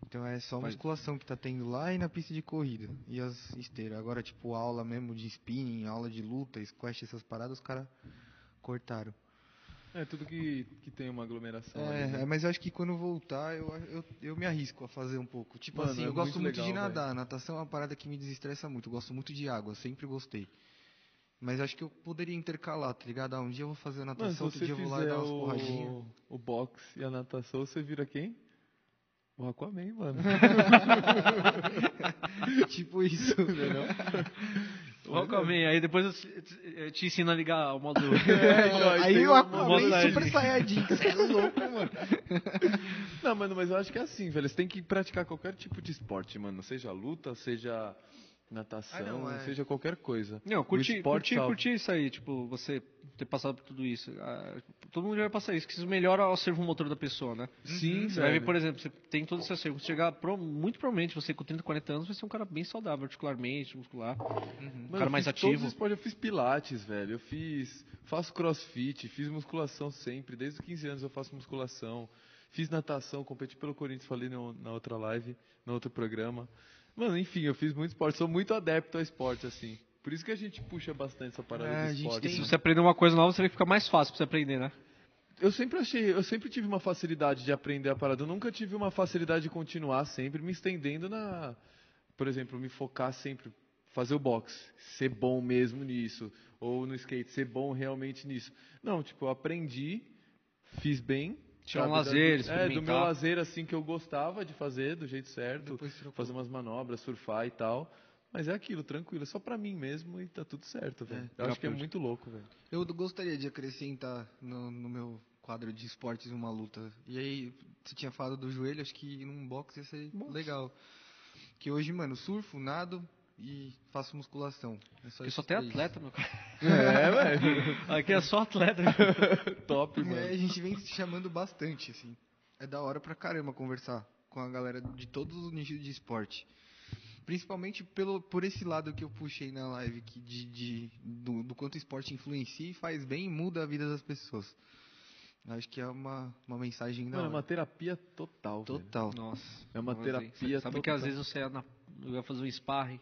Então é só musculação que tá tendo lá e na pista de corrida. E as esteiras. Agora, tipo, aula mesmo de spinning, aula de luta, squash, essas paradas, os caras cortaram. É, tudo que tem uma aglomeração ali, né? Mas eu acho que quando voltar, eu me arrisco a fazer um pouco. Tipo Mano, assim, é eu gosto muito muito de legal, nadar. Natação é uma parada que me desestressa muito. Eu gosto muito de água, sempre gostei. Mas acho que eu poderia intercalar, tá ligado? Um dia eu vou fazer a Mano, natação, se outro você dia eu vou lá e fizer dar umas porradinhas. o boxe e a natação, você vira quem? O Aquaman, mano. Tipo isso. Entendeu? O Aquaman, aí depois eu te ensino a ligar o modo... Aí tem o um Aquaman modo Super Saiyajin, que você é louco, mano. Não, mano, mas eu acho que é assim, velho. Você tem que praticar qualquer tipo de esporte, mano. Seja luta, seja natação, seja qualquer coisa. Não, O curti esporte salva. isso aí, tipo, você ter passado por tudo isso. Todo mundo já vai passar isso, que isso melhora o acervo motor da pessoa, né? Sim, Você vai ver, por exemplo, você tem todo esse acervo. Você chegar, muito provavelmente, você com 30, 40 anos vai ser um cara bem saudável, articularmente, muscular. Um cara mais ativo. Todos os esportes, eu fiz pilates, velho. Faço crossfit, fiz musculação sempre. Desde os 15 anos eu faço musculação. Fiz natação, competi pelo Corinthians, falei na outra live, no outro programa. Mano, enfim, eu fiz muito esporte. Sou muito adepto ao esporte, assim. Por isso que a gente puxa bastante essa parada de esporte. E se você aprender uma coisa nova, você vai ficar mais fácil pra você aprender, né? Eu sempre tive uma facilidade de aprender a parada. Eu nunca tive uma facilidade de continuar sempre me estendendo por exemplo, me focar sempre, fazer o boxe, ser bom mesmo nisso, ou no skate, ser bom realmente nisso. Não, tipo, eu aprendi, fiz bem. Tirar um lazer, do meu lazer, assim, que eu gostava de fazer, do jeito certo, fazer umas manobras, surfar e tal. Mas é aquilo, tranquilo, é só pra mim mesmo e tá tudo certo, velho. Eu acho que é muito louco, velho. Eu gostaria de acrescentar no meu quadro de esportes uma luta. E aí, você tinha falado do joelho, acho que num boxe ia ser legal. Que hoje, mano, surfo, nado e faço musculação. Porque só tem atleta, meu cara. Velho. Aqui é só atleta. Top, mano. A gente vem se chamando bastante, assim. É da hora pra caramba conversar com a galera de todos os nichos de esporte. Principalmente por esse lado que eu puxei na live, do quanto o esporte influencia e faz bem e muda a vida das pessoas. Acho que é uma mensagem da hora. Mano, é uma terapia total. Total. Velho. Nossa. É uma terapia Sabe total. que às vezes você ia fazer um sparring,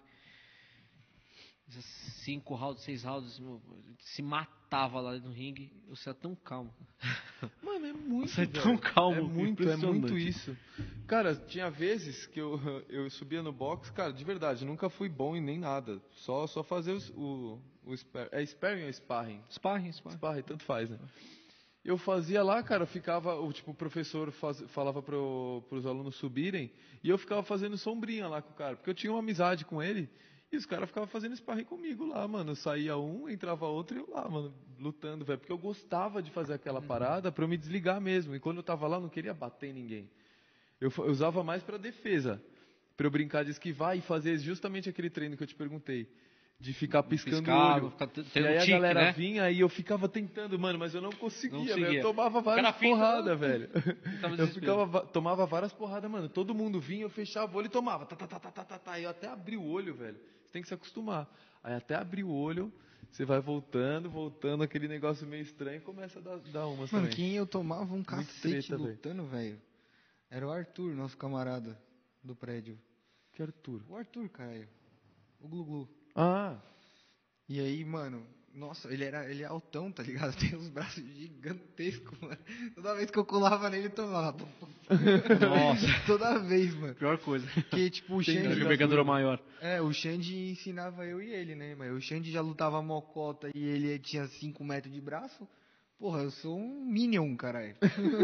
5 rounds, 6 rounds, se matava lá no ringue, você é tão calmo. Mano, é muito, você é tão calmo. É muito isso. Cara, tinha vezes que eu subia no box, cara, de verdade, nunca fui bom em nem nada. Só fazer o sparring. É sparring ou sparring? Sparring. Sparring, tanto faz, né? Eu fazia lá, cara, o professor falava pros alunos subirem, e eu ficava fazendo sombrinha lá com o cara, porque eu tinha uma amizade com ele, e os caras ficavam fazendo sparring comigo lá, mano. Saía um, entrava outro, e eu lá, mano, lutando, velho, porque eu gostava de fazer aquela parada pra eu me desligar mesmo, e quando eu tava lá, eu não queria bater em ninguém. Eu usava mais pra defesa, pra eu brincar de esquivar e fazer justamente aquele treino que eu te perguntei. De ficar piscando o olho. E aí a galera vinha e eu ficava tentando, mano, mas eu não conseguia, velho. Eu tomava várias porradas, velho. Tomava várias porradas, mano. Todo mundo vinha, eu fechava o olho e tomava. Tá. Eu até abri o olho, velho. Você tem que se acostumar. Aí até abrir o olho, você vai voltando, aquele negócio meio estranho e começa a dar umas mano, também. Quem eu tomava um cacete lutando, velho, era o Arthur, nosso camarada do prédio. Que Arthur? O Arthur, caralho. O Glu-Glu. Ah. E aí, mano, nossa, ele é altão, tá ligado? Tem uns braços gigantescos, mano. Toda vez que eu colava nele, ele tomava. Nossa. Toda vez, mano. Pior coisa. Porque, tipo, o Xande... Envergadura maior. O Xande ensinava eu e ele, né? Mas o Xande já lutava mocota e ele tinha 5 metros de braço. Porra, eu sou um Minion, caralho.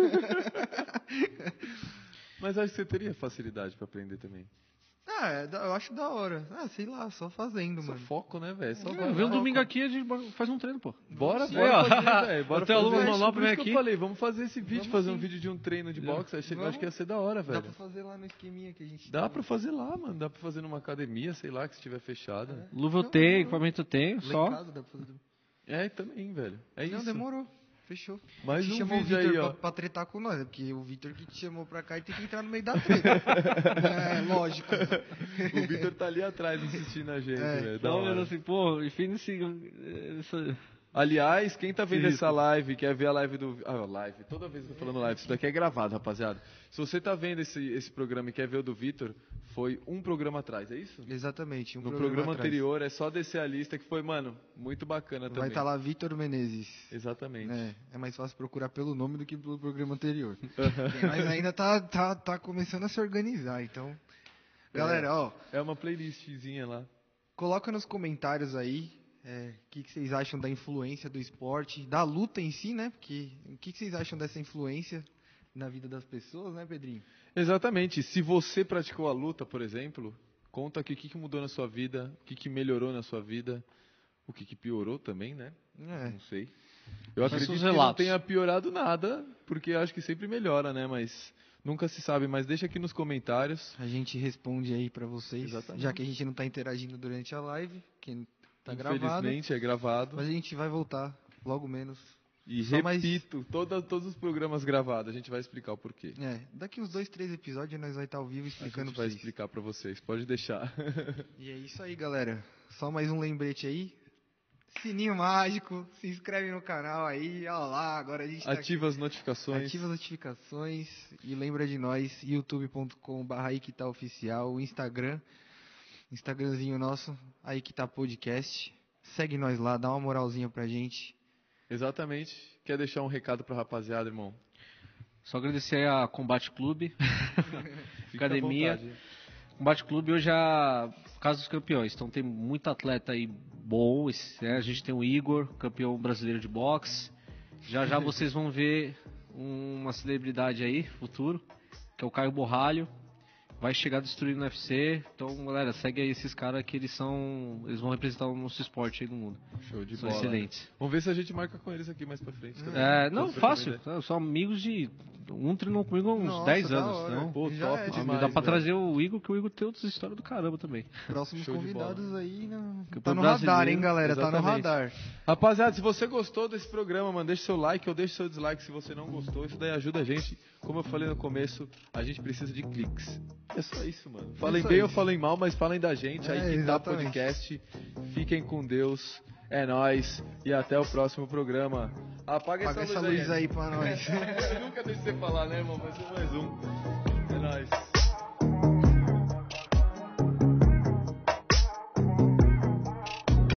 Mas acho que você teria facilidade pra aprender também. Eu acho da hora. Sei lá, só fazendo, Só mano. foco, né, velho? Vem um domingo aqui, a gente faz um treino, pô. Bora fazer, velho. Bora fazer. Por isso que eu falei, vamos fazer esse vídeo, fazer um vídeo de um treino de boxe. Acho que ia ser da hora, velho. Dá pra fazer lá no esqueminha que a gente... Dá pra fazer lá, mano. Dá pra fazer numa academia, sei lá, que estiver fechada. Luva eu tenho, equipamento eu tenho, só. Lá em casa dá pra fazer. Também, velho. Isso. Não, demorou. Fechou. Mais um chamou vídeo o Vitor aí, ó. pra tretar com nós, porque o Vitor que te chamou pra cá e tem que entrar no meio da treta. Lógico. O Vitor tá ali atrás assistindo a gente, velho. Tá vendo assim, pô, enfim, Aliás, quem tá vendo Isso. essa live, quer ver a live do... live. Toda vez eu tô falando live. Isso daqui é gravado, rapaziada. Se você tá vendo esse programa e quer ver o do Vitor, foi um programa atrás, é isso? Exatamente. No programa anterior, é só descer a lista que foi, mano, muito bacana também. Vai estar lá Vitor Menezes. Exatamente. É mais fácil procurar pelo nome do que pelo programa anterior. Mas ainda tá começando a se organizar, então... Galera, ó... É uma playlistzinha lá. Coloca nos comentários aí o que vocês acham da influência do esporte, da luta em si, né? Porque o que vocês acham dessa influência na vida das pessoas, né, Pedrinho? Exatamente. Se você praticou a luta, por exemplo, conta aqui o que mudou na sua vida, o que melhorou na sua vida, o que piorou também, né? Não sei. Eu acredito que não tenha piorado nada, porque acho que sempre melhora, né? Mas nunca se sabe. Mas deixa aqui nos comentários. A gente responde aí pra vocês, Exatamente. já que a gente não tá interagindo durante a live, que tá gravado. Infelizmente é gravado. Mas a gente vai voltar logo menos. E Só repito, todos os programas gravados, a gente vai explicar o porquê. Daqui uns 2, 3 episódios nós vai estar ao vivo explicando a gente vai explicar pra vocês, pode deixar. E é isso aí, galera. Só mais um lembrete aí. Sininho mágico, se inscreve no canal aí, olha lá, agora a gente tá Ativa as notificações. Ativa as notificações e lembra de nós, youtube.com/aiquitaoficial, o Instagramzinho nosso, Aiquita Podcast. Segue nós lá, dá uma moralzinha pra gente. Exatamente. Quer deixar um recado pra rapaziada, irmão? Só agradecer a Combate Clube, academia. Combate Clube hoje é a Casa dos Campeões, então tem muito atleta aí bom, a gente tem o Igor, campeão brasileiro de boxe. Já vocês vão ver uma celebridade aí, futuro, que é o Caio Borralho. Vai chegar destruindo no UFC. Então, galera, segue aí esses caras que eles vão representar o nosso esporte aí no mundo. Show de São bola. Excelentes. Vamos ver se a gente marca com eles aqui mais pra frente. Não, fácil. São amigos de... Um treinou comigo há uns 10 anos. Então, pô, top demais. Dá pra trazer o Igor, que o Igor tem outras histórias do caramba também. Próximos convidados aí, tá no radar, hein, galera? Exatamente. Tá no radar. Rapaziada, se você gostou desse programa, mano, deixa seu like ou deixa seu dislike se você não gostou. Isso daí ajuda a gente. Como eu falei no começo, a gente precisa de cliques. É só isso, mano. Falem bem ou falem mal, mas falem da gente. Aí que tá podcast. Fiquem com Deus. É nóis. E até o próximo programa. Apaga essa luz aí pra nós. Eu nunca deixei você falar, né, irmão? Vai ser mais um. É nóis.